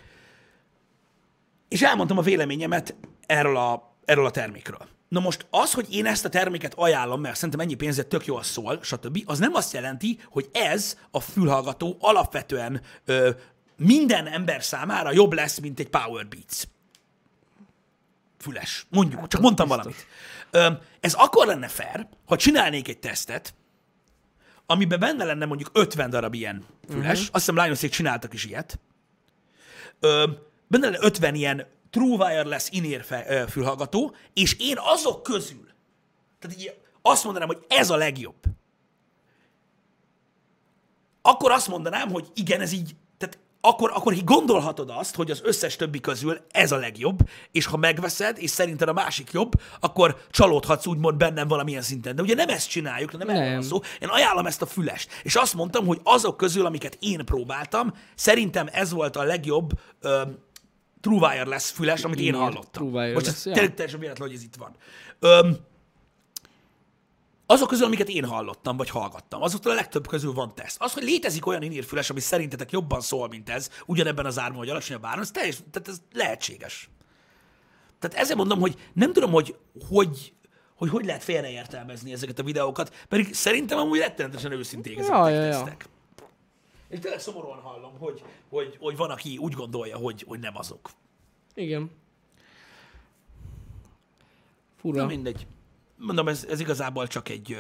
elmondtam a véleményemet erről a termékről. Na most az, hogy én ezt a terméket ajánlom, mert szerintem ennyi pénzért tök jól szól, stb., az nem azt jelenti, hogy ez a fülhallgató alapvetően minden ember számára jobb lesz, mint egy Powerbeats füles. Mondjuk, csak mondtam valamit. Ez akkor lenne fair, ha csinálnék egy tesztet, amiben benne lenne mondjuk 50 darab ilyen füles, azt hiszem Lionsék csináltak is ilyet, benne lenne 50 ilyen True Wireless in-ear fülhallgató, és én azok közül, tehát így azt mondanám, hogy ez a legjobb. Akkor azt mondanám, hogy igen, ez így, tehát akkor gondolhatod azt, hogy az összes többi közül ez a legjobb, és ha megveszed, és szerinted a másik jobb, akkor csalódhatsz úgymond bennem valamilyen szinten. De ugye nem ezt csináljuk, nem erről van szó. Én ajánlom ezt a fülest. És azt mondtam, hogy azok közül, amiket én próbáltam, szerintem ez volt a legjobb True Wireless füles, amit én hallottam. Most ez tényleg teljesen véletlen, hogy ez itt van. Azok közül, amiket én hallottam, vagy hallgattam, azoktól a legtöbb közül van teszt. Az, hogy létezik olyan in-ear füles, ami szerintetek jobban szól, mint ez, ugyanebben az árban, vagy alacsonyabb áron, ez tehát ez lehetséges. Tehát ezért mondom, hogy nem tudom, hogy lehet félreértelmezni ezeket a videókat, pedig szerintem amúgy rettenetesen őszinték ezek a tesztek. És tényleg szomorúan hallom, hogy van, aki úgy gondolja, hogy nem azok. Igen. Fura. Na mindegy. Mondom, ez igazából csak egy...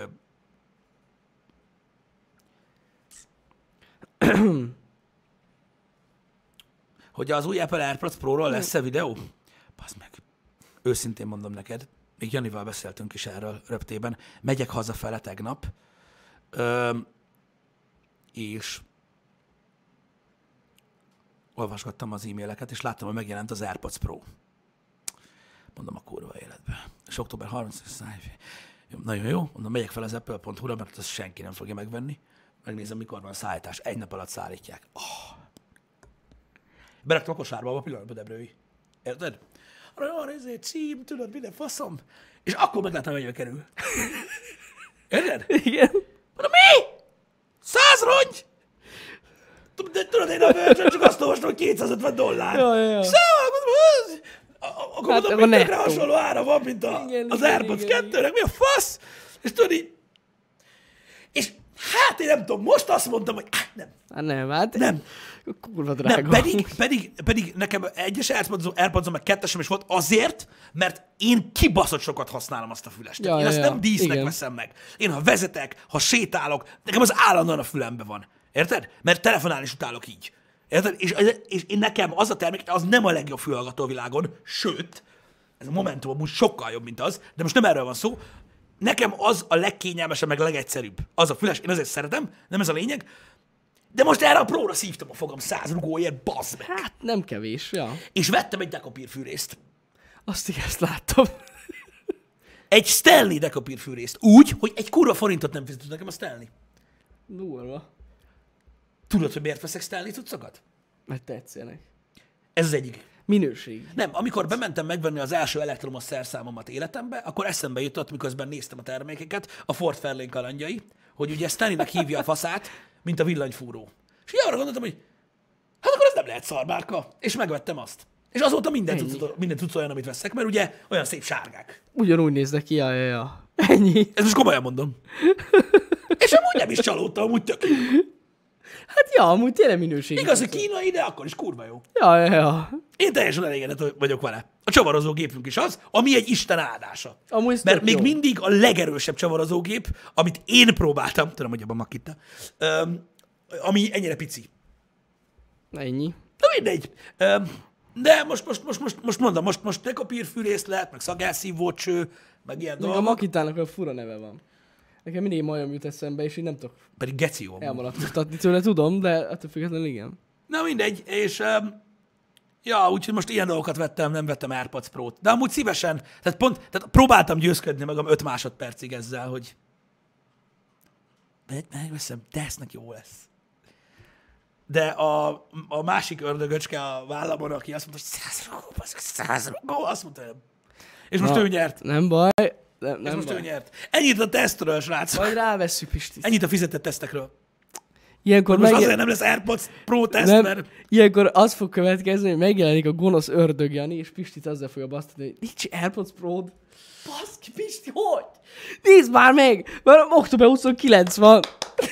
hogy az új Apple AirPods Pro-ról lesz-e videó? Bazd meg. Őszintén mondom neked, még Janival beszéltünk is erről röptében. Megyek hazafele tegnap, és olvasgattam az e-maileket, és láttam, hogy megjelent az AirPods Pro. Mondom, a kurva életbe. És október 30. Nagyon jó. Mondom, megyek fel az apple.hu-ra, mert azt senki nem fogja megvenni. Megnézem, mikor van a szállítás. Egy nap alatt szállítják. Beraktam a kosárba a pillanatban, Debrői. Érted? Arra ezért cím, tudod, minden faszom. És akkor megláttam, hogy kerül. Érted? Igen. Mondom, mi? 100 rongy? De tudod, én a bőrcsön csak azt olvastam, hogy $250. Ja. Akkor mondom, mindenre hasonló ára van, mint az AirPods 2-nek, mi a fasz? És tudod így... És hát én nem tudom, most azt mondtam, hogy nem. Kurva drága. Nem, pedig nekem egyes AirPods-om, meg kettesem is volt azért, mert én kibaszott sokat használom azt a fülest. Én azt nem dísznek veszem meg. Én ha vezetek, ha sétálok, nekem az állandóan a fülembe van. Érted? Mert telefonálni is utálok így. Érted? És én nekem az a termék, az nem a legjobb fülhallgató a világon, sőt, ez a Momentum amúgy sokkal jobb, mint az, de most nem erről van szó. Nekem az a legkényelmesebb, meg legegyszerűbb. Az a füles, én azért szeretem, nem ez a lényeg. De most erre a Pro-ra szívtam a fogam 100 rugóért, bazd meg. Hát nem kevés, ja. És vettem egy dekopírfűrészt. Azt igen, ezt láttam. Egy Stanley dekopírfűrészt. Úgy, hogy egy kurva forintot nem fizetett nekem a Stanley. Durva. Tudod, hogy miért veszek Stanley cuccokat? Mert tetszenek. Ez az egyik. Minőség. Nem, amikor bementem megvenni az első elektromos szerszámomat életembe, akkor eszembe jutott, miközben néztem a termékeket, a Ford Fairlane kalandjai, hogy ugye Stanleynek hívja a faszát, mint a villanyfúró. És így arra gondoltam, hogy hát akkor ez nem lehet szarmárka. És megvettem azt. És azóta minden cucc olyan, amit veszek, mert ugye olyan szép sárgák. Ugyanúgy néznek ki, ja. Ennyi. Ez most komolyan mondom. És amúgy nem is csalódtam, amúgy tök jó. Hát ja, amúgy tényleg minőség. Igaz, hogy kínai, de akkor is kurva jó. Ja. Én teljesen elégedett vagyok vele. A csavarozógépünk is az, ami egy Isten áldása. Amúgy ez Mert tök még jó. mindig a legerősebb csavarozógép, amit én próbáltam, tudom, hogy abban makitta, ami ennyire pici. Ennyi. Na mindegy. De most mondom, most dekopírfűrész lehet, meg szagálszívócső, meg ilyen Meg a dolgok. Makitának a fura neve van. Nekem mindig majom jut eszembe, és én nem tudok Pedig geci jó. elmaradtatni tőle, tudom, de attól függetlenül igen. Na mindegy, és úgyhogy most ilyen dolgokat vettem, nem vettem AirPods Pro-t. De amúgy szívesen, tehát próbáltam győzködni magam 5 másodpercig ezzel, hogy megveszem, de esznek jó lesz. De a másik ördögöcske a vállamon, aki azt mondta, hogy 100 rugó, 100 rugó, azt mondta, nem. És most ő nyert. Nem baj. És Nem most ő baj. nyert. Ennyit a tesztről, srác. Majd rávesszük Pistit. Ennyit a fizetett tesztekről. Ilyenkor, Most azért nem lesz AirPods Pro teszt, mert... Ilyenkor az fog következni, hogy megjelenik a gonosz ördög Jani, és Pistit azzal fogja basztatni, hogy nincs AirPods Pro-d. Baszki, Pisti, hogy? Nézd már meg! Mert október 29 van.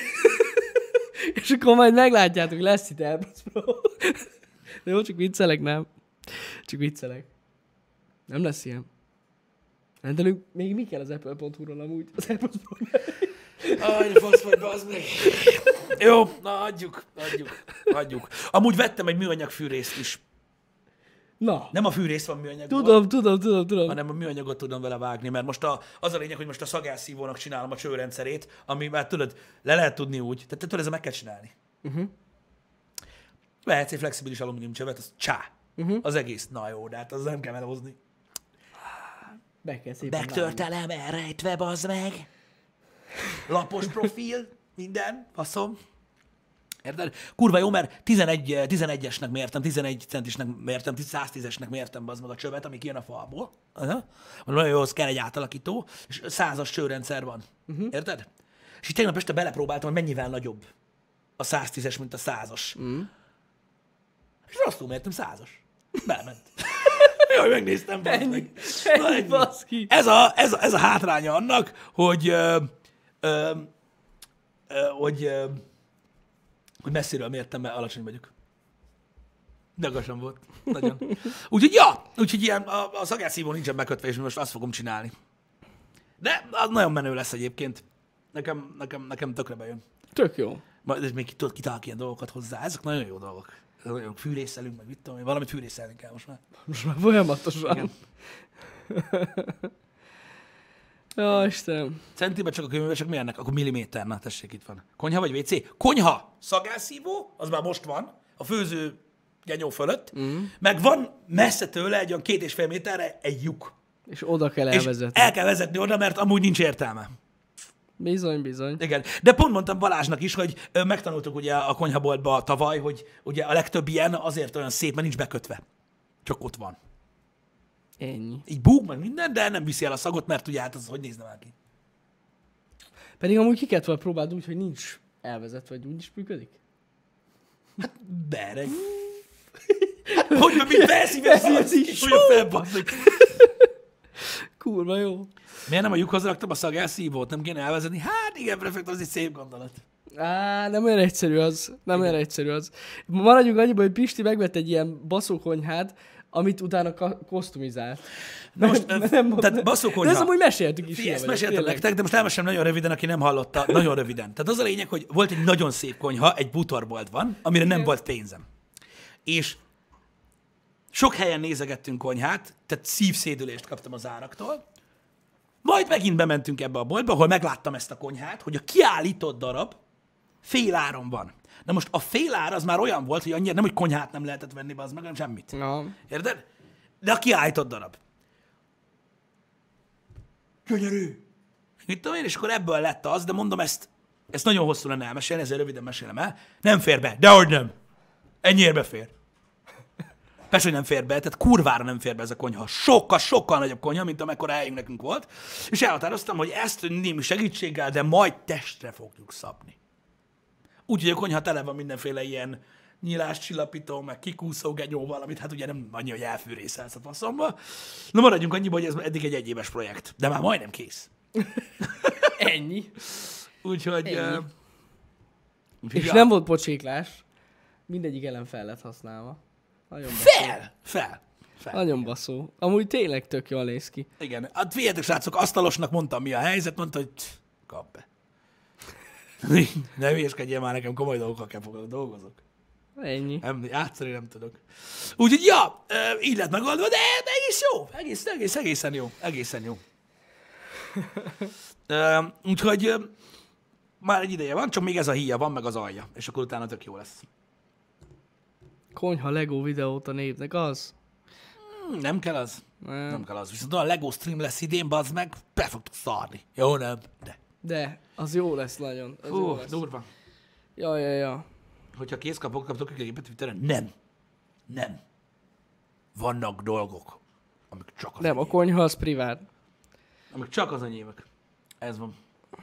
És akkor majd meglátjátok, hogy lesz itt AirPods Pro. De jó, csak viccelek, nem? Csak viccelek. Nem lesz ilyen. Rendelünk, még mi kell az Apple.hu-ról amúgy? Az AirPods Pro. Aj, de fasz vagy, bazd meg. Jó, na hagyjuk. Amúgy vettem egy műanyag fűrészt is. Na. Nem a fűrész van műanyagban. Tudom. Hanem a műanyagot tudom vele vágni, mert most az a lényeg, hogy most a szagálszívónak csinálom a csőrendszerét, ami már tudod, le lehet tudni úgy, tehát tudod, ezzel meg kell csinálni. Vehetsz egy flexibilis alumínium csövet, az csá. Az egész. Na jó, de hát az nem kell elhozni. Be kell szépen Megtörtelem elrejtve, bazd meg. Lapos profil, minden, faszom. Érted? Kurva jó, mert 11-esnek mértem, 11 centisnek mértem, 110-esnek mértem bazd meg a csövet, ami kijön a falból. Mondom, nagyon jó, az kell egy átalakító, és 100-as csőrendszer van. Érted? És így tegnap este belepróbáltam, hogy mennyivel nagyobb a 110-es, mint a 100-as. És rosszul mértem, 100-as. Belement. Jaj, megnéztem, bazd meg. Na, ennyi. baszki. Ez a hátránya annak, hogy messziről mértem, mert alacsony vagyok. Dagasan volt. Nagyon. Úgyhogy ilyen, a szagálszívó nincsen bekötve, és most azt fogom csinálni. De az nagyon menő lesz egyébként. Nekem tökre bejön. Tök jó. Majd még kitalálok ilyen dolgokat hozzá. Ezek nagyon jó dolgok. Nagyon fűrészelünk, meg mit tudom én. Valamit fűrészelni kell most már. Most már folyamatosan. Igen. Jó, Istenem. Centibe csak a könyvben, csak milyennek? Akkor milliméter. Na, tessék, itt van. Konyha vagy WC? Konyha! Szagálszívó, az már most van, a főző genyó fölött, meg van messze tőle egy olyan 2,5 méterre egy lyuk. És oda kell És elvezetni. el kell vezetni oda, mert amúgy nincs értelme. Bizony. Igen. De pont mondtam Balázsnak is, hogy megtanultuk ugye a konyhaboltba tavaly, hogy ugye a legtöbb ilyen azért olyan szép, mert nincs bekötve. Csak ott van. Ennyi. Így búg meg minden, de nem viszi el a szagot, mert ugye hát az hogy nézne már ki. Pedig amúgy ki kellett volna próbáld úgy, hogy nincs elvezetve, vagy úgy is működik? Bereg. Hogy mit beszívesz? Hogy a felbaszik. Kurva jó. Miért nem a lyukhoz raktam a szagálszívót? Nem kéne elvezetni? Hát igen, prefekt, az egy szép gondolat. Nem olyan egyszerű az. Nem olyan egyszerű az. Maradjunk annyiban, hogy Pisti megvett egy ilyen baszókonyhát, amit utána kosztumizált. Na most, tehát baszókonyha. De ezt amúgy meséltük is. Ezt meséltem nektek, de most elmesem nagyon röviden, aki nem hallotta. Nagyon röviden. Tehát az a lényeg, hogy volt egy nagyon szép konyha, egy bútorboltban, amire nem volt pénzem. És sok helyen nézegettünk konyhát, tehát szívszédülést kaptam az áraktól. Majd megint bementünk ebbe a boltba, ahol megláttam ezt a konyhát, hogy a kiállított darab fél áron van. Na most a fél ár az már olyan volt, hogy annyira nem, hogy konyhát nem lehetett venni, az meg nem semmit. No. Érted? De a kiállított darab. Gyönyörű. Mit tudom én, és akkor ebből lett az, de mondom ezt nagyon hosszú lenne elmesélni, ezért röviden mesélem el. Nem fér be, dehogy nem. Ennyiért befér. Persze, hogy nem fér be, tehát kurvára nem fér be ez a konyha. Sokkal nagyobb konyha, mint amekkora helyünk nekünk volt. És elhatároztam, hogy ezt némi segítséggel, de majd testre fogjuk szabni. Úgyhogy a konyha tele van mindenféle ilyen nyílás, csillapító, meg kikúszó genyóval, amit hát ugye nem annyi, hogy elfűrészelsz a faszomba. Na maradjunk annyiba, hogy ez eddig egy egyéves projekt, de már majdnem kész. Ennyi. Úgyhogy... Ennyi. Úgyhogy És ja. nem volt pocséklás. Mindegyik elem fel lett használva. Nagyon baszó. Fel. Nagyon baszó. Amúgy tényleg tök jól néz ki. Igen. Hát figyeljetek, srácok, asztalosnak mondtam, mi a helyzet, mondta, hogy kap be. Ne hülyeskedjél már, nekem komoly dolgokkal kell foglalkozni, dolgozok. Ennyi. Nem, játszani nem tudok. Úgyhogy, ja, így lett megoldva, de egész jó. Egészen jó. Egészen jó. Úgyhogy már egy ideje van, csak még ez a híja van, meg az alja. És akkor utána tök jó lesz. Konyha Lego videót a népnek, az? Nem kell az. Nem. Nem kell az. Viszont olyan Lego stream lesz idén, bazd meg, be fogtok szarni. Jó, nem? De. De, az jó lesz nagyon. Az jó lesz. Durva. Ja. Hogyha kész kaptok egy képet Twitteren? Nem. Vannak dolgok, amik csak az Nem, a konyha az privát. amik csak az enyémek. Ez van.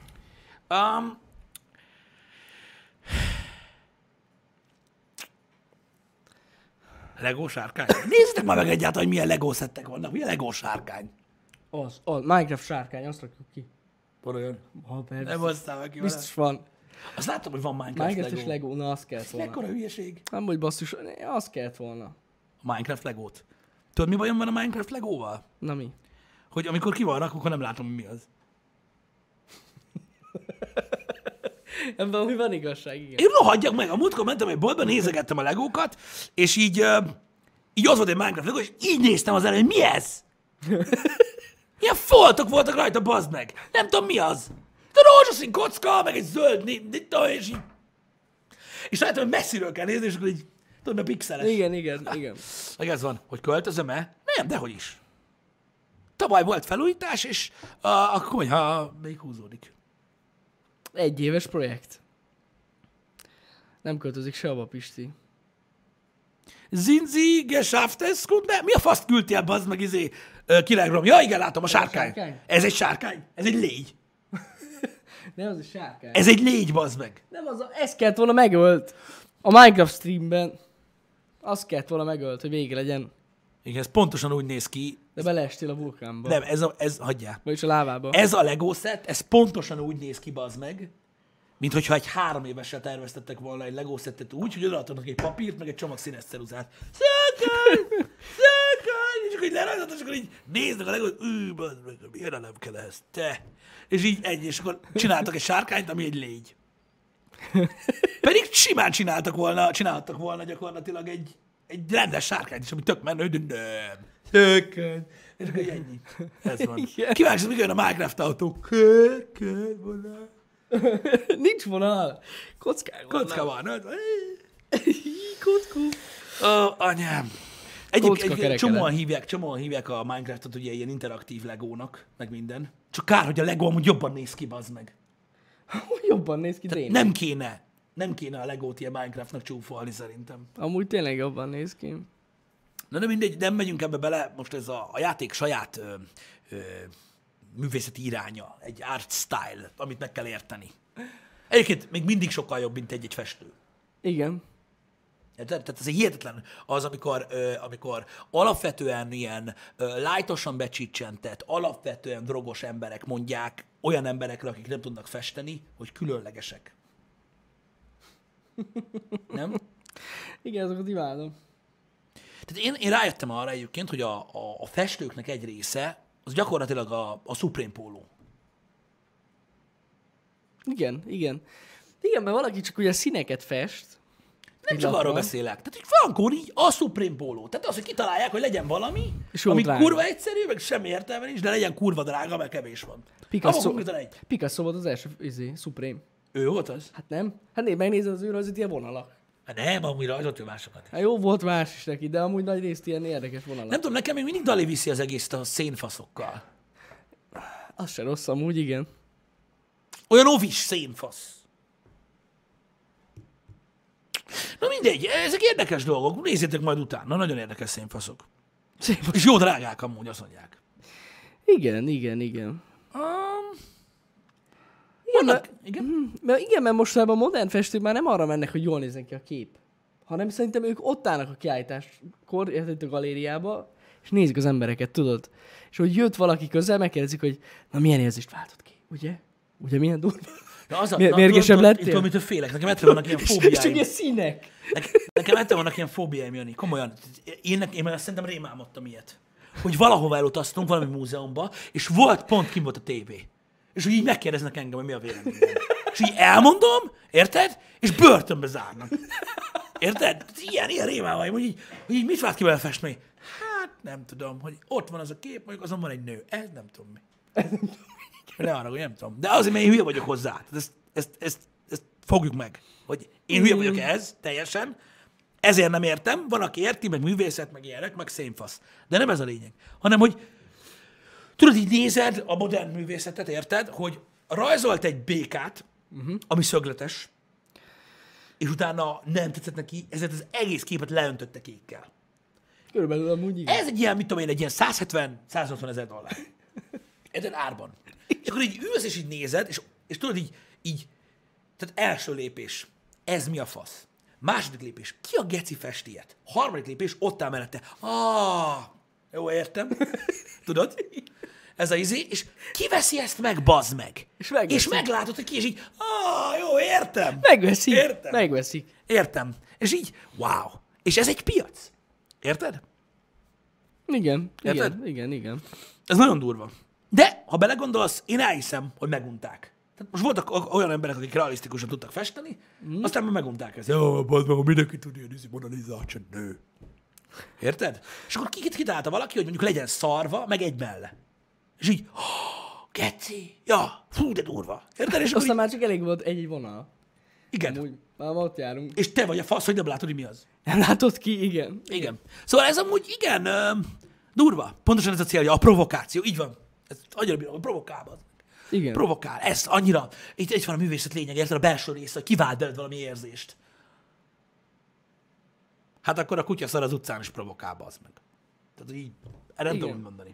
Lego sárkány? Nézzétek már meg egyáltalán, hogy milyen Lego szettek vannak. Milyen Lego sárkány? Az, Minecraft sárkány, azt rakjuk ki. Van olyan? Ha, persze. Nem hoztál meg ki vele? Biztos van. Azt láttam, hogy van Minecraft Minecraft-es Lego. Lego, na az kellett volna. Mekkora hülyeség? Nem, hogy basszus, az kellett volna. A Minecraft Legót. Tudod, mi bajom van a Minecraft Legóval? Na mi? Hogy amikor ki van rakva, akkor nem látom, hogy mi az. Ebben mi van igazság, igen. Én rohadjak meg, a múltkor mentem egy boltba, nézegettem a legókat, és így ott volt egy Minecraft Lego, és így néztem az elején, hogy mi ez? Ilyen foltok voltak rajta, bazd meg. Nem tudom, mi az. A rózsaszín kocka, meg egy zöld, és így. És láttam, hogy messziről kell nézni, és akkor így, tudod, mert pixeles. Igen. Meg ez van, hogy költözöm-e? Nem, dehogy is. Tavaly volt felújítás, és a konyha még húzódik. Egy éves projekt. Nem költözik sehova, Pisti. Sind Sie geschafft es? Mi a faszt küldtél, bazd meg, királyrom? Ja, igen, látom, a sárkány. sárkány? Ez egy sárkány? Ez egy légy. Nem, az a sárkány. Ez egy légy, bazd meg. Nem, ez kellett volna megölt. A Minecraft streamben. Az kellett volna megölt, hogy vége legyen. Igen, ez pontosan úgy néz ki. De beleestél a vulkánba. Nem, hagyjál. Vagyis a lávába. Ez a Lego set, ez pontosan úgy néz ki, bazd meg, mint hogyha egy 3 évessel terveztettek volna egy Lego settet úgy, hogy odaadnak egy papírt, meg egy csomag színes ceruzát. Sárkány! És akkor így lerajzott, és akkor így néznek a Lego, bazd meg, miért nem kell ehhez, te? És így és akkor csináltak egy sárkányt, ami egy légy. Pedig simán csinálhattak volna gyakorlatilag egy rendes sárkányt is, ami tök menő, de nem. Szökön. És akkor ennyi. Ez van. Kíváncsi, hogy mikor jön a Minecraft autó. Kör, vonal. Nincs vonal. Kockák vannak. Kocka van. Kockó. Anyám. Kocka Egy csomóan hívják a Minecraftot ugye ilyen interaktív Legónak, meg minden. Csak kár, hogy a Lego amúgy jobban néz ki, bazd meg. Jobban néz ki, tényleg. Nem kéne a Legót ilyen Minecraftnak csúfolni szerintem. Amúgy tényleg jobban néz ki. Na de mindegy, nem megyünk ebbe bele, most ez a játék saját művészeti iránya, egy art style, amit meg kell érteni. Egyébként még mindig sokkal jobb, mint egy festő. Igen. Tehát ez egy hihetetlen az, amikor alapvetően ilyen lájtosan becsicsentett, alapvetően drogos emberek mondják olyan emberekre, akik nem tudnak festeni, hogy különlegesek. Nem? Igen, azokat imádom. Tehát én rájöttem arra egyébként, hogy a festőknek egy része, az gyakorlatilag a Supreme póló. Igen. Igen, mert valaki csak ugye színeket fest. Nem csak arról beszélek. Tehát, hogy valamikor így a Supreme póló. Tehát az, hogy kitalálják, hogy legyen valami, és jó ami drága. kurva egyszerű, meg semmi értelme nincs, de legyen kurva drága, mert kevés van. Picasso volt az első Supreme. Ő volt az? Hát nem? Hát megnézed az őrajzot, ilyen vonalak. Hát nem, amúgy rajzolt ő másokat. Hát jó, volt más is neki, de amúgy nagy részt ilyen érdekes vonalak. Nem tudom, nekem még mindig Dali viszi az egész a szénfaszokkal. Az se rossz amúgy, igen. Olyan ovis szénfasz. Na mindegy, ezek érdekes dolgok. Nézzétek majd utána. Nagyon érdekes szénfaszok. És jó drágák amúgy, azt mondják. Igen. Igen, mert mostában a modern festők már nem arra mennek, hogy jól nézzen ki a kép, hanem szerintem ők ott állnak a kiállításkor, érted, a galériába, és nézik az embereket, tudod? És hogy jött valaki közel, megkérdezik, hogy na milyen érzést váltott ki, ugye? Ugye milyen durva? Mérgesebb lettél? Itt amitől félek. Nekem ettől vannak ilyen fóbiáim. És csak ilyen színek. Nekem ettől vannak ilyen fóbiáim, Jani. Komolyan. Én már szerintem rémálmodtam ilyet. Hogy valahova elutaztunk, valami múzeumba, és volt pont kim volt a tévé. És hogy így megkérdeznek engem, hogy mi a véleményem. És így elmondom, érted? És börtönbe zárnak. Érted? Ilyen rémálmaim, hogy így mit vált ki vele festni? Hát nem tudom, hogy ott van az a kép, mondjuk azon van egy nő. Ez nem tudom mi. Ne arra, hogy nem tudom. De azért, mert én hülye vagyok hozzá. Ezt fogjuk meg. Hogy én hülye vagyok ez, teljesen. Ezért nem értem. Van, aki érti, meg művészet, meg ilyenek, meg szénfasz. De nem ez a lényeg. Hanem, hogy tudod, így nézed a modern művészetet, érted? Hogy rajzolt egy békát, ami szögletes, és utána nem tetszett neki, ezért az egész képet leöntötte kékkel. Körülbelül amúgy igen. Ez egy ilyen, mit tudom én, egy ilyen 170-180 ezer dollár. Érted? Árban. És akkor így ülsz, és így nézed, és tudod így, tehát első lépés, ez mi a fasz? Második lépés, ki a geci fest ilyet? Harmadik lépés, ott áll mellette. Jó, értem. Tudod? Ez a izé, és ki veszi ezt meg, bazd meg? És meglátod, hogy ki, és így, jó, értem. Megveszik. Értem. Megveszik. Értem. És így, wow. És ez egy piac. Érted? Igen. Érted? Igen. Ez nagyon durva. De, ha belegondolsz, én elhiszem, hogy megunták. Tehát most voltak olyan emberek, akik realisztikusan tudtak festeni, aztán már megunták ezt. Jó, bazd meg, mindenki tudja, hogy ez Mona Lisa, csak nő. Érted? És akkor kitalálta valaki, hogy mondjuk legyen szarva, meg egy melle. És így, geci, ja, fú, de durva. Érted? És aztán már csak elég volt egy vonal. Igen. Amúgy, már ott járunk. És te vagy a fasz, hogy nem látod, hogy mi az. Nem látod ki? Igen. Igen. Szóval ez amúgy igen, durva. Pontosan ez a célja, a provokáció. Így van. Ez annyira bírom, provokál. Igen. Provokál. Ez annyira. Itt van a művészet lényeg, érted? A belső része, hogy kivált belőled valami érzést. Hát akkor a kutya szar az utcán is provokál, bazd meg. Tehát így, erre nem tudom, mit mondani.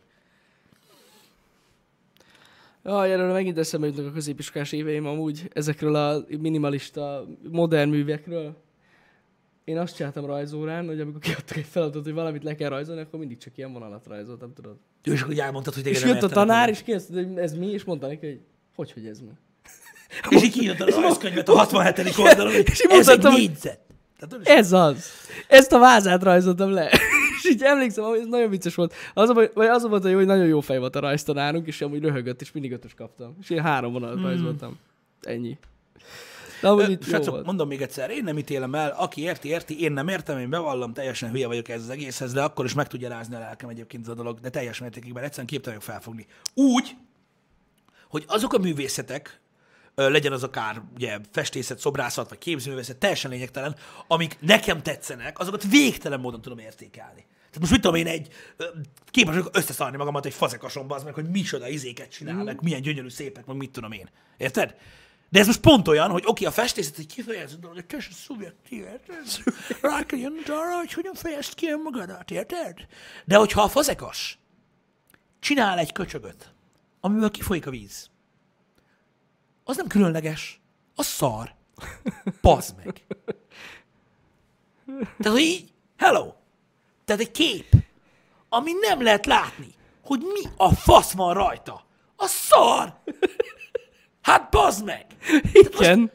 Erről megint eszembe jutnak a középiskolás éveim amúgy, ezekről a minimalista, modern művekről. Én azt csináltam rajzórán, hogy amikor kiadtak egy feladatot, hogy valamit le kell rajzolni, akkor mindig csak ilyen vonalat rajzoltam, tudod. Jó, és akkor elmondtad, hogy téged és nem jött a tanár, és kérdezte, hogy ez mi, és mondta neki, hogy ez mi. És így kiírtad a rajzkönyvet a 67. oldalon, hogy ez egy négyzet. Ez az. Ezt a vázát rajzoltam le. És így emlékszem, hogy ez nagyon vicces volt. Az volt, hogy nagyon jó fej volt a rajztanárunk, és amúgy röhögött, és mindig 5-ös kaptam. És én 3 vonalat rajzoltam. Ennyi. Srácok, mondom még egyszer, én nem ítélem el, aki érti, én nem értem, én bevallom, teljesen hülye vagyok ez az egészhez, de akkor is meg tudja rázni a lelkem egyébként ez a dolog, de teljes mértékben egyszerűen képtelen vagyok felfogni. Úgy, hogy azok a művészetek, legyen az akár ugye, festészet, szobrászat, vagy képzőművészet, teljesen lényegtelen, amik nekem tetszenek, azokat végtelen módon tudom értékelni. Tehát most mit tudom én, képes vagyok összeszarni magamat egy fazekasomba, az meg, hogy micsoda izéket csinál, meg milyen gyönyörű szépek, meg mit tudom én. Érted? De ez most pont olyan, hogy oké, a festészet egy kifejezett dolog, egy teljesen szubjektív, érted? Rá kell jönnöd arra, hogy hogyan fejezd ki önmagadat, érted? De hogyha a fazekas csinál egy köcsögöt, amiből kifolyik a víz, az nem különleges, az szar. Bazd meg. Tehát, hogy így, hello. Tehát egy kép, ami nem lehet látni, hogy mi a fasz van rajta. Az szar. Hát bazd meg. Igen.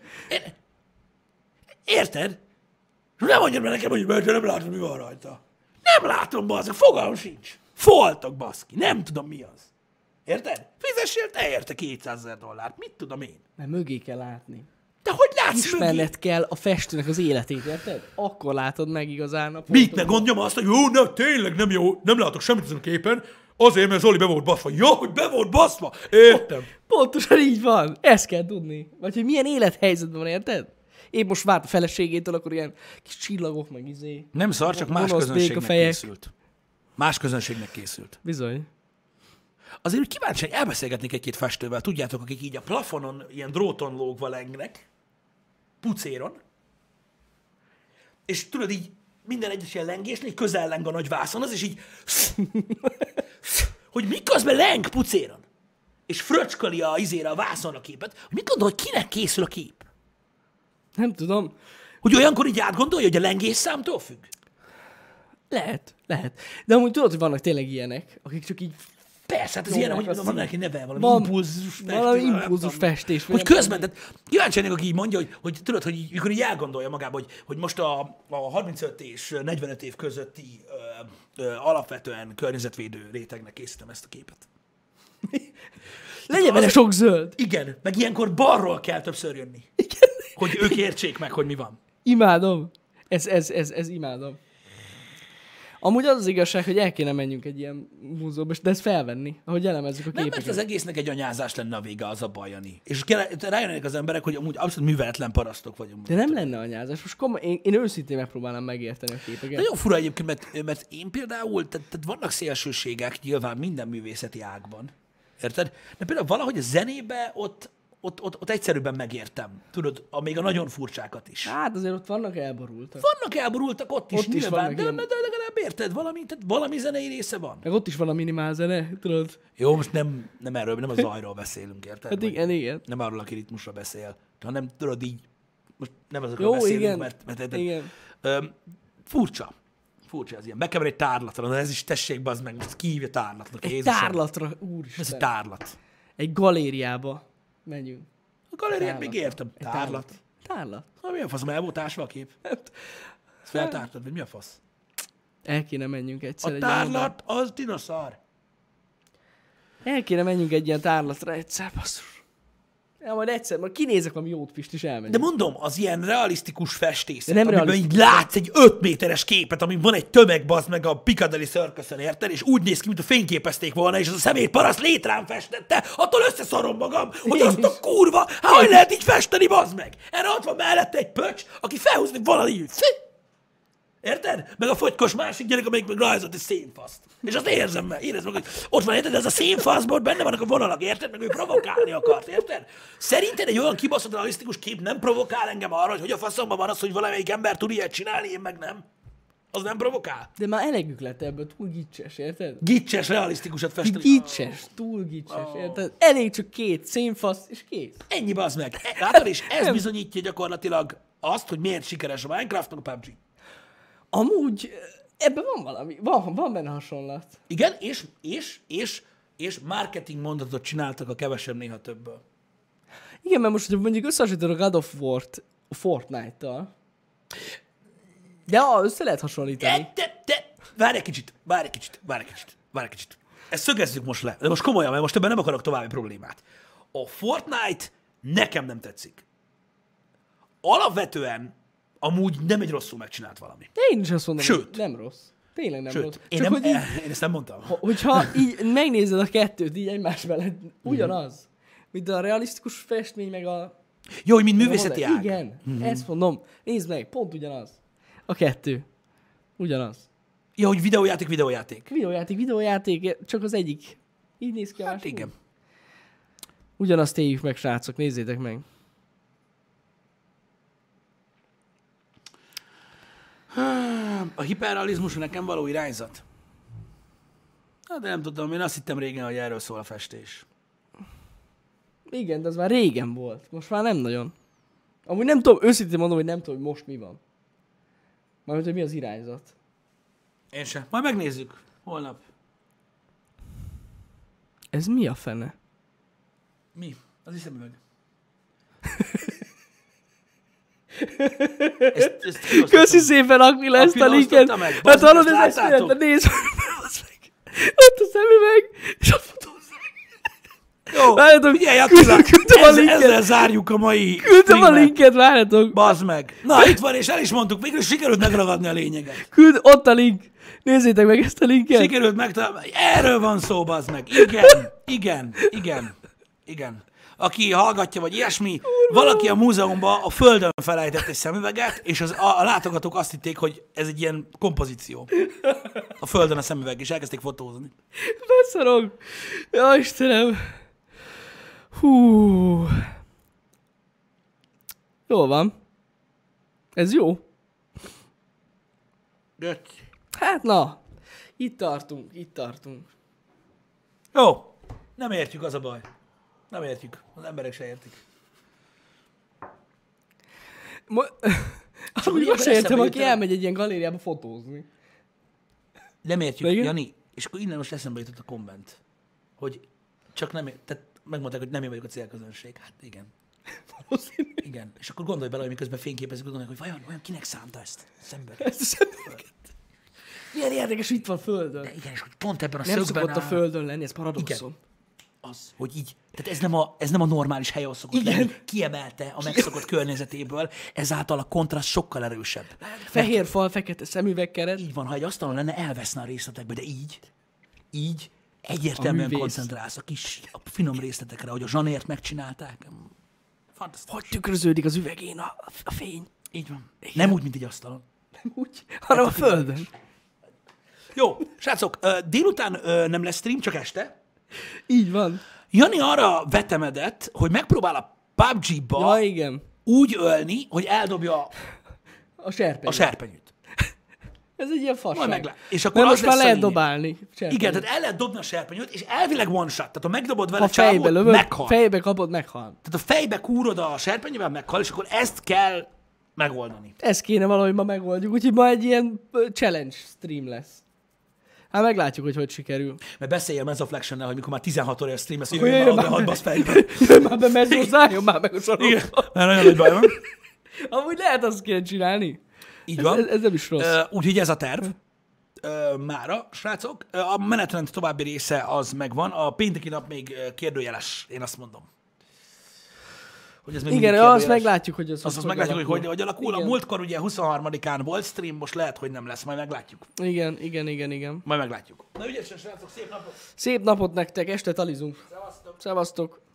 Érted? Nem mondjad meg nekem, hogy nem látom, mi van rajta. Nem látom, bazd meg, fogalmam sincs. Foltok, baszki, nem tudom mi az. Érted? Fizessél te érte $200,000. Mit tudom én? Mert mögé kell látni. De hogy látsz Ismerned mögé? kell a festőnek az életét, érted? Akkor látod meg igazán a Mit ne gondjam azt, hogy jó, ne, tényleg nem jó, nem látok semmit ezen a képen, azért, mert Zoli be volt baszva. Jó, hogy be volt baszva. Értem. Pontosan így van. Ezt kell tudni. Vagy hogy milyen élethelyzetben van, érted? Én most várt a feleségétől, akkor ilyen kis csillagok, meg izé. Nem szar, csak más közönségnek készült. Más közönségnek készült. Bizony. Azért úgy kíváncsi, hogy elbeszélgetnék egy-két festővel, tudjátok, akik így a plafonon ilyen dróton lógva lengnek, pucéron, és tudod így minden egyes ilyen lengésnél közel leng a nagy vászon, az és így hogy miközben leng pucéron, és fröcskali a izére a vászon a képet, hogy mit gondol, hogy kinek készül a kép? Nem tudom. Hogy olyankor így átgondolja, hogy a lengésszámtól függ? Lehet. De amúgy tudod, hogy vannak tényleg ilyenek, akik csak így... Persze, hát ez ilyen, hogy van neki neve, valami Van, impulzus festés. Valami impulzus festés. Hogy közben, tehát kíváncsi lennék, aki így mondja, hogy tudod, hogy így, mikor így elgondolja magába, hogy most a 35 és 45 év közötti alapvetően környezetvédő rétegnek készítem ezt a képet. Legyen benne sok zöld. Igen, meg ilyenkor balról kell többször jönni. Igen. Hogy ők értsék meg, hogy mi van. Imádom. Ez imádom. Amúgy az igazság, hogy el kéne menjünk egy ilyen múzeumba, de ezt felvenni, ahogy elemezzük a Nem, képeket. mert az egésznek egy anyázás lenne a vége, az a baj, Jani. És rájönnek az emberek, hogy amúgy abszolút műveletlen parasztok vagyunk. De nem lenne anyázás. Most én őszintén megpróbálnám megérteni a képeket. Nagyon fura egyébként, mert én például, tehát vannak szélsőségek nyilván minden művészeti ágban. Érted? De például valahogy a zenébe ott egyszerűbben megértem. Tudod, még a nagyon furcsákat is. Hát azért ott vannak elborultak. Vannak elborultak ott is, Ott is nyilván, vannak de ilyen- legalább érted, valami zenei része van. Meg ott is van a minimál zene, tudod? Jó, most nem erről, nem a zajról beszélünk, érted? Hát Vagy igen. Nem arról, aki ritmusra beszél, hanem tudod így, most nem azokról Jó, beszélünk, igen. mert Igen. Furcsa az ilyen. Bekever egy tárlatra, de ez is tessék, bazd meg, most kihívja tárlatnak. Egy Jézusom. tárlatra, Ez egy úristen. tárlat. Egy galériába menjünk. A galériát Tárlat. még értem. Egy Tárlat. Tárlat. Na, mi a fasz, el volt ásva a kép? Ezt feltártad, vagy mi a fasz? El kéne menjünk egyszer A egy ilyen oda. tárlat az dinoszar. El kéne menjünk egy ilyen tárlatra egyszer, basszus. Ja, majd kinézek valami jót, Pist, és elmegyünk. De mondom, az ilyen realisztikus festészet, De nem amiben realisztikus. így látsz egy 5 méteres képet, amin van egy tömeg, bazd meg a Piccadilly Circus-en, érted? És úgy néz ki, mint a fényképezték volna, és az a szemét paraszt létrán festette, attól összeszarom magam, hogy Én azt a is. kurva, hogy lehet így festeni, bazd meg? Erre ott van mellette egy pöcs, aki felhúzni valami így. Érted? Meg a fogykos másik gyerek, amelyik meg rajzolt egy szénfaszt. És azt érzem meg, hogy ott van, érted, ez a szénfaszból, benne vannak a vonalak, érted? Meg ő provokálni akart, érted? Szerinted egy olyan kibaszott realisztikus kép nem provokál engem arra, hogy a faszomban van az, hogy valamelyik ember tud ilyet csinálni, én meg nem? Az nem provokál? De már elegük lett ebből, túl gicses, érted? Gicses, realisztikusat festeni. Gicses, túl gicses, érted? Elég csak 2 szénfasz, és kész. Ennyi, bazd meg. Látod, és ez bizonyítja gyakorlatilag azt, hogy miért sikeres a Minecraft, meg a PUBG. Amúgy ebben van valami, van benne hasonlat. Igen, és marketing mondatot csináltak a kevesebb, néha többből. Igen, mert most, hogy mondjuk összehasonlítod a God of War-t a Fortnite-tal, de össze lehet hasonlítani. Várj egy kicsit. Ezt szögezzük most le. De most komolyan, mert most ebben nem akarok további problémát. A Fortnite nekem nem tetszik. Alapvetően amúgy nem egy rosszul megcsinált valami. De én is azt mondom, Sőt. hogy nem rossz. Tényleg nem rossz. Sőt, én, Csak nem, hogy így, én ezt nem mondtam. hogyha így megnézed a kettőt így egymás mellett, ugyanaz. Mint a realisztikus festmény, meg a... Jó, hogy mint művészeti ág. Igen, ezt mondom. Nézd meg, pont ugyanaz. A kettő. Ugyanaz. Jó, hogy videójáték. Videójáték, csak az egyik. Így néz ki a Hát másik. igen. Ugyanazt éljük meg, srácok, nézzétek meg. A hiperrealizmus nekem való irányzat. Hát de nem tudom, én azt hittem régen, hogy erről szól a festés. Igen, de az már régen volt. Most már nem nagyon. Amúgy nem tudom, őszintén mondom, hogy nem tudom, hogy most mi van. Mármint, hogy mi az irányzat. Én sem. Majd megnézzük. Holnap. Ez mi a fene? Mi? Az hiszem meg. Köszi szépen, Aquila, ezt a Aquila linket. osztotta meg. Hát Bazd, hallod, ezt ez láttátok? eszméletlen, nézd meg. Ott a szemüveg, és a fotózzák. Jó, Várjatok, figyelj, Attila, küldtem a linket. ezzel zárjuk a mai Küldtem a streamet. linket, várjatok. Bazd meg. Na, itt van, és el is mondtuk, végül sikerült megragadni a lényeget. Ott a link. Nézzétek meg ezt a linket. Sikerült megtalálni. Erről van szó, bazd meg. Igen. Aki hallgatja, vagy ilyesmi, valaki a múzeumban a földön felejtett egy szemüveget, és a látogatók azt hitték, hogy ez egy ilyen kompozíció. A földön a szemüveg, és elkezdték fotózni. Beszarok. Ja, Istenem. Hú. Jól van. Ez jó. Götty. Hát na, itt tartunk. Jó, nem értjük, az a baj. Nem értjük. Az emberek se értik. Amúgy ilyenkor azt sem értem, eszembe aki jutott- elmegy egy ilyen galériába fotózni. Nem értjük, Igen? Jani. És akkor innen most eszembe jutott a komment, hogy csak nem, tehát megmondták, hogy nem én vagyok a célközönség. Hát igen. Valószínű. Igen. És akkor gondolj bele, hogy miközben fényképezik, gondolják, hogy vajon kinek szánta ezt az ember. Ezt az embereket. Milyen érdekes, hogy itt van a Földön. De igen, és hogy pont ebben a Nem szögben szokott a áll. Földön lenni, ez paradoxon. Az, hogy így. Tehát ez nem a normális hely, ahol szokott Igen. lenni. Kiemelte a megszokott környezetéből, ezáltal a kontraszt sokkal erősebb. Fehér fal, fekete szemüvegkeret. Így van, ha egy asztalon lenne, elveszne a részletekbe, de így egyértelműen művész. koncentrálsz a finom részletekre, hogy a zsanért megcsinálták. Fantasztikus. Hogy tükröződik az üvegén a fény? Így van. Nem úgy, mint egy asztalon. Nem úgy, hanem a Földön. Jó, srácok, délután nem lesz stream, csak este. Így van. Jani arra vetemedett, hogy megpróbál a PUBG-ba Ja, igen. úgy ölni, hogy eldobja A serpenyő. a serpenyőt. Ez egy ilyen fasság. Majd meglát. És akkor Mert az most már lesz a lehet lényeg. dobálni. serpenyőt. Igen, tehát el lehet dobni a serpenyőt, és elvileg one shot. Tehát ha megdobod vele Ha fejbe csávót, lövöd, meghal. fejbe kapod, meghal. Tehát a fejbe kúrod a serpenyővel, meghal, és akkor ezt kell megoldani. Ezt kéne valahogy ma megoldjuk, úgyhogy ma egy ilyen challenge stream lesz. Hát meglátjuk, hogy sikerül. Mert beszéljél Mezoflexionnel, hogy mikor már 16 óra stream lesz, hogy Akkor jöjjön jöjjön már oda, már hadd basz fejbe. Jöjjön már be, mert zárjon már meg a Igen, sarokba. mert nagyon nagy baj van. Amúgy lehet azt kéne csinálni. Így van. Ez nem is rossz. Úgyhogy ez a terv. Mára, srácok. A menetrend további része az megvan. A pénteki nap még kérdőjeles, én azt mondom. Hogy ez még Igen, mindig azt kérdőjeles. meglátjuk, hogy az Azt meglátjuk, hogy alakul. A Igen. múltkor ugye 23-án volt stream, most lehet, hogy nem lesz. Majd meglátjuk. Igen. Majd meglátjuk. Na ügyesen, srácok, szép napot! Szép napot nektek, este talizunk. Szevasztok! Szevasztok.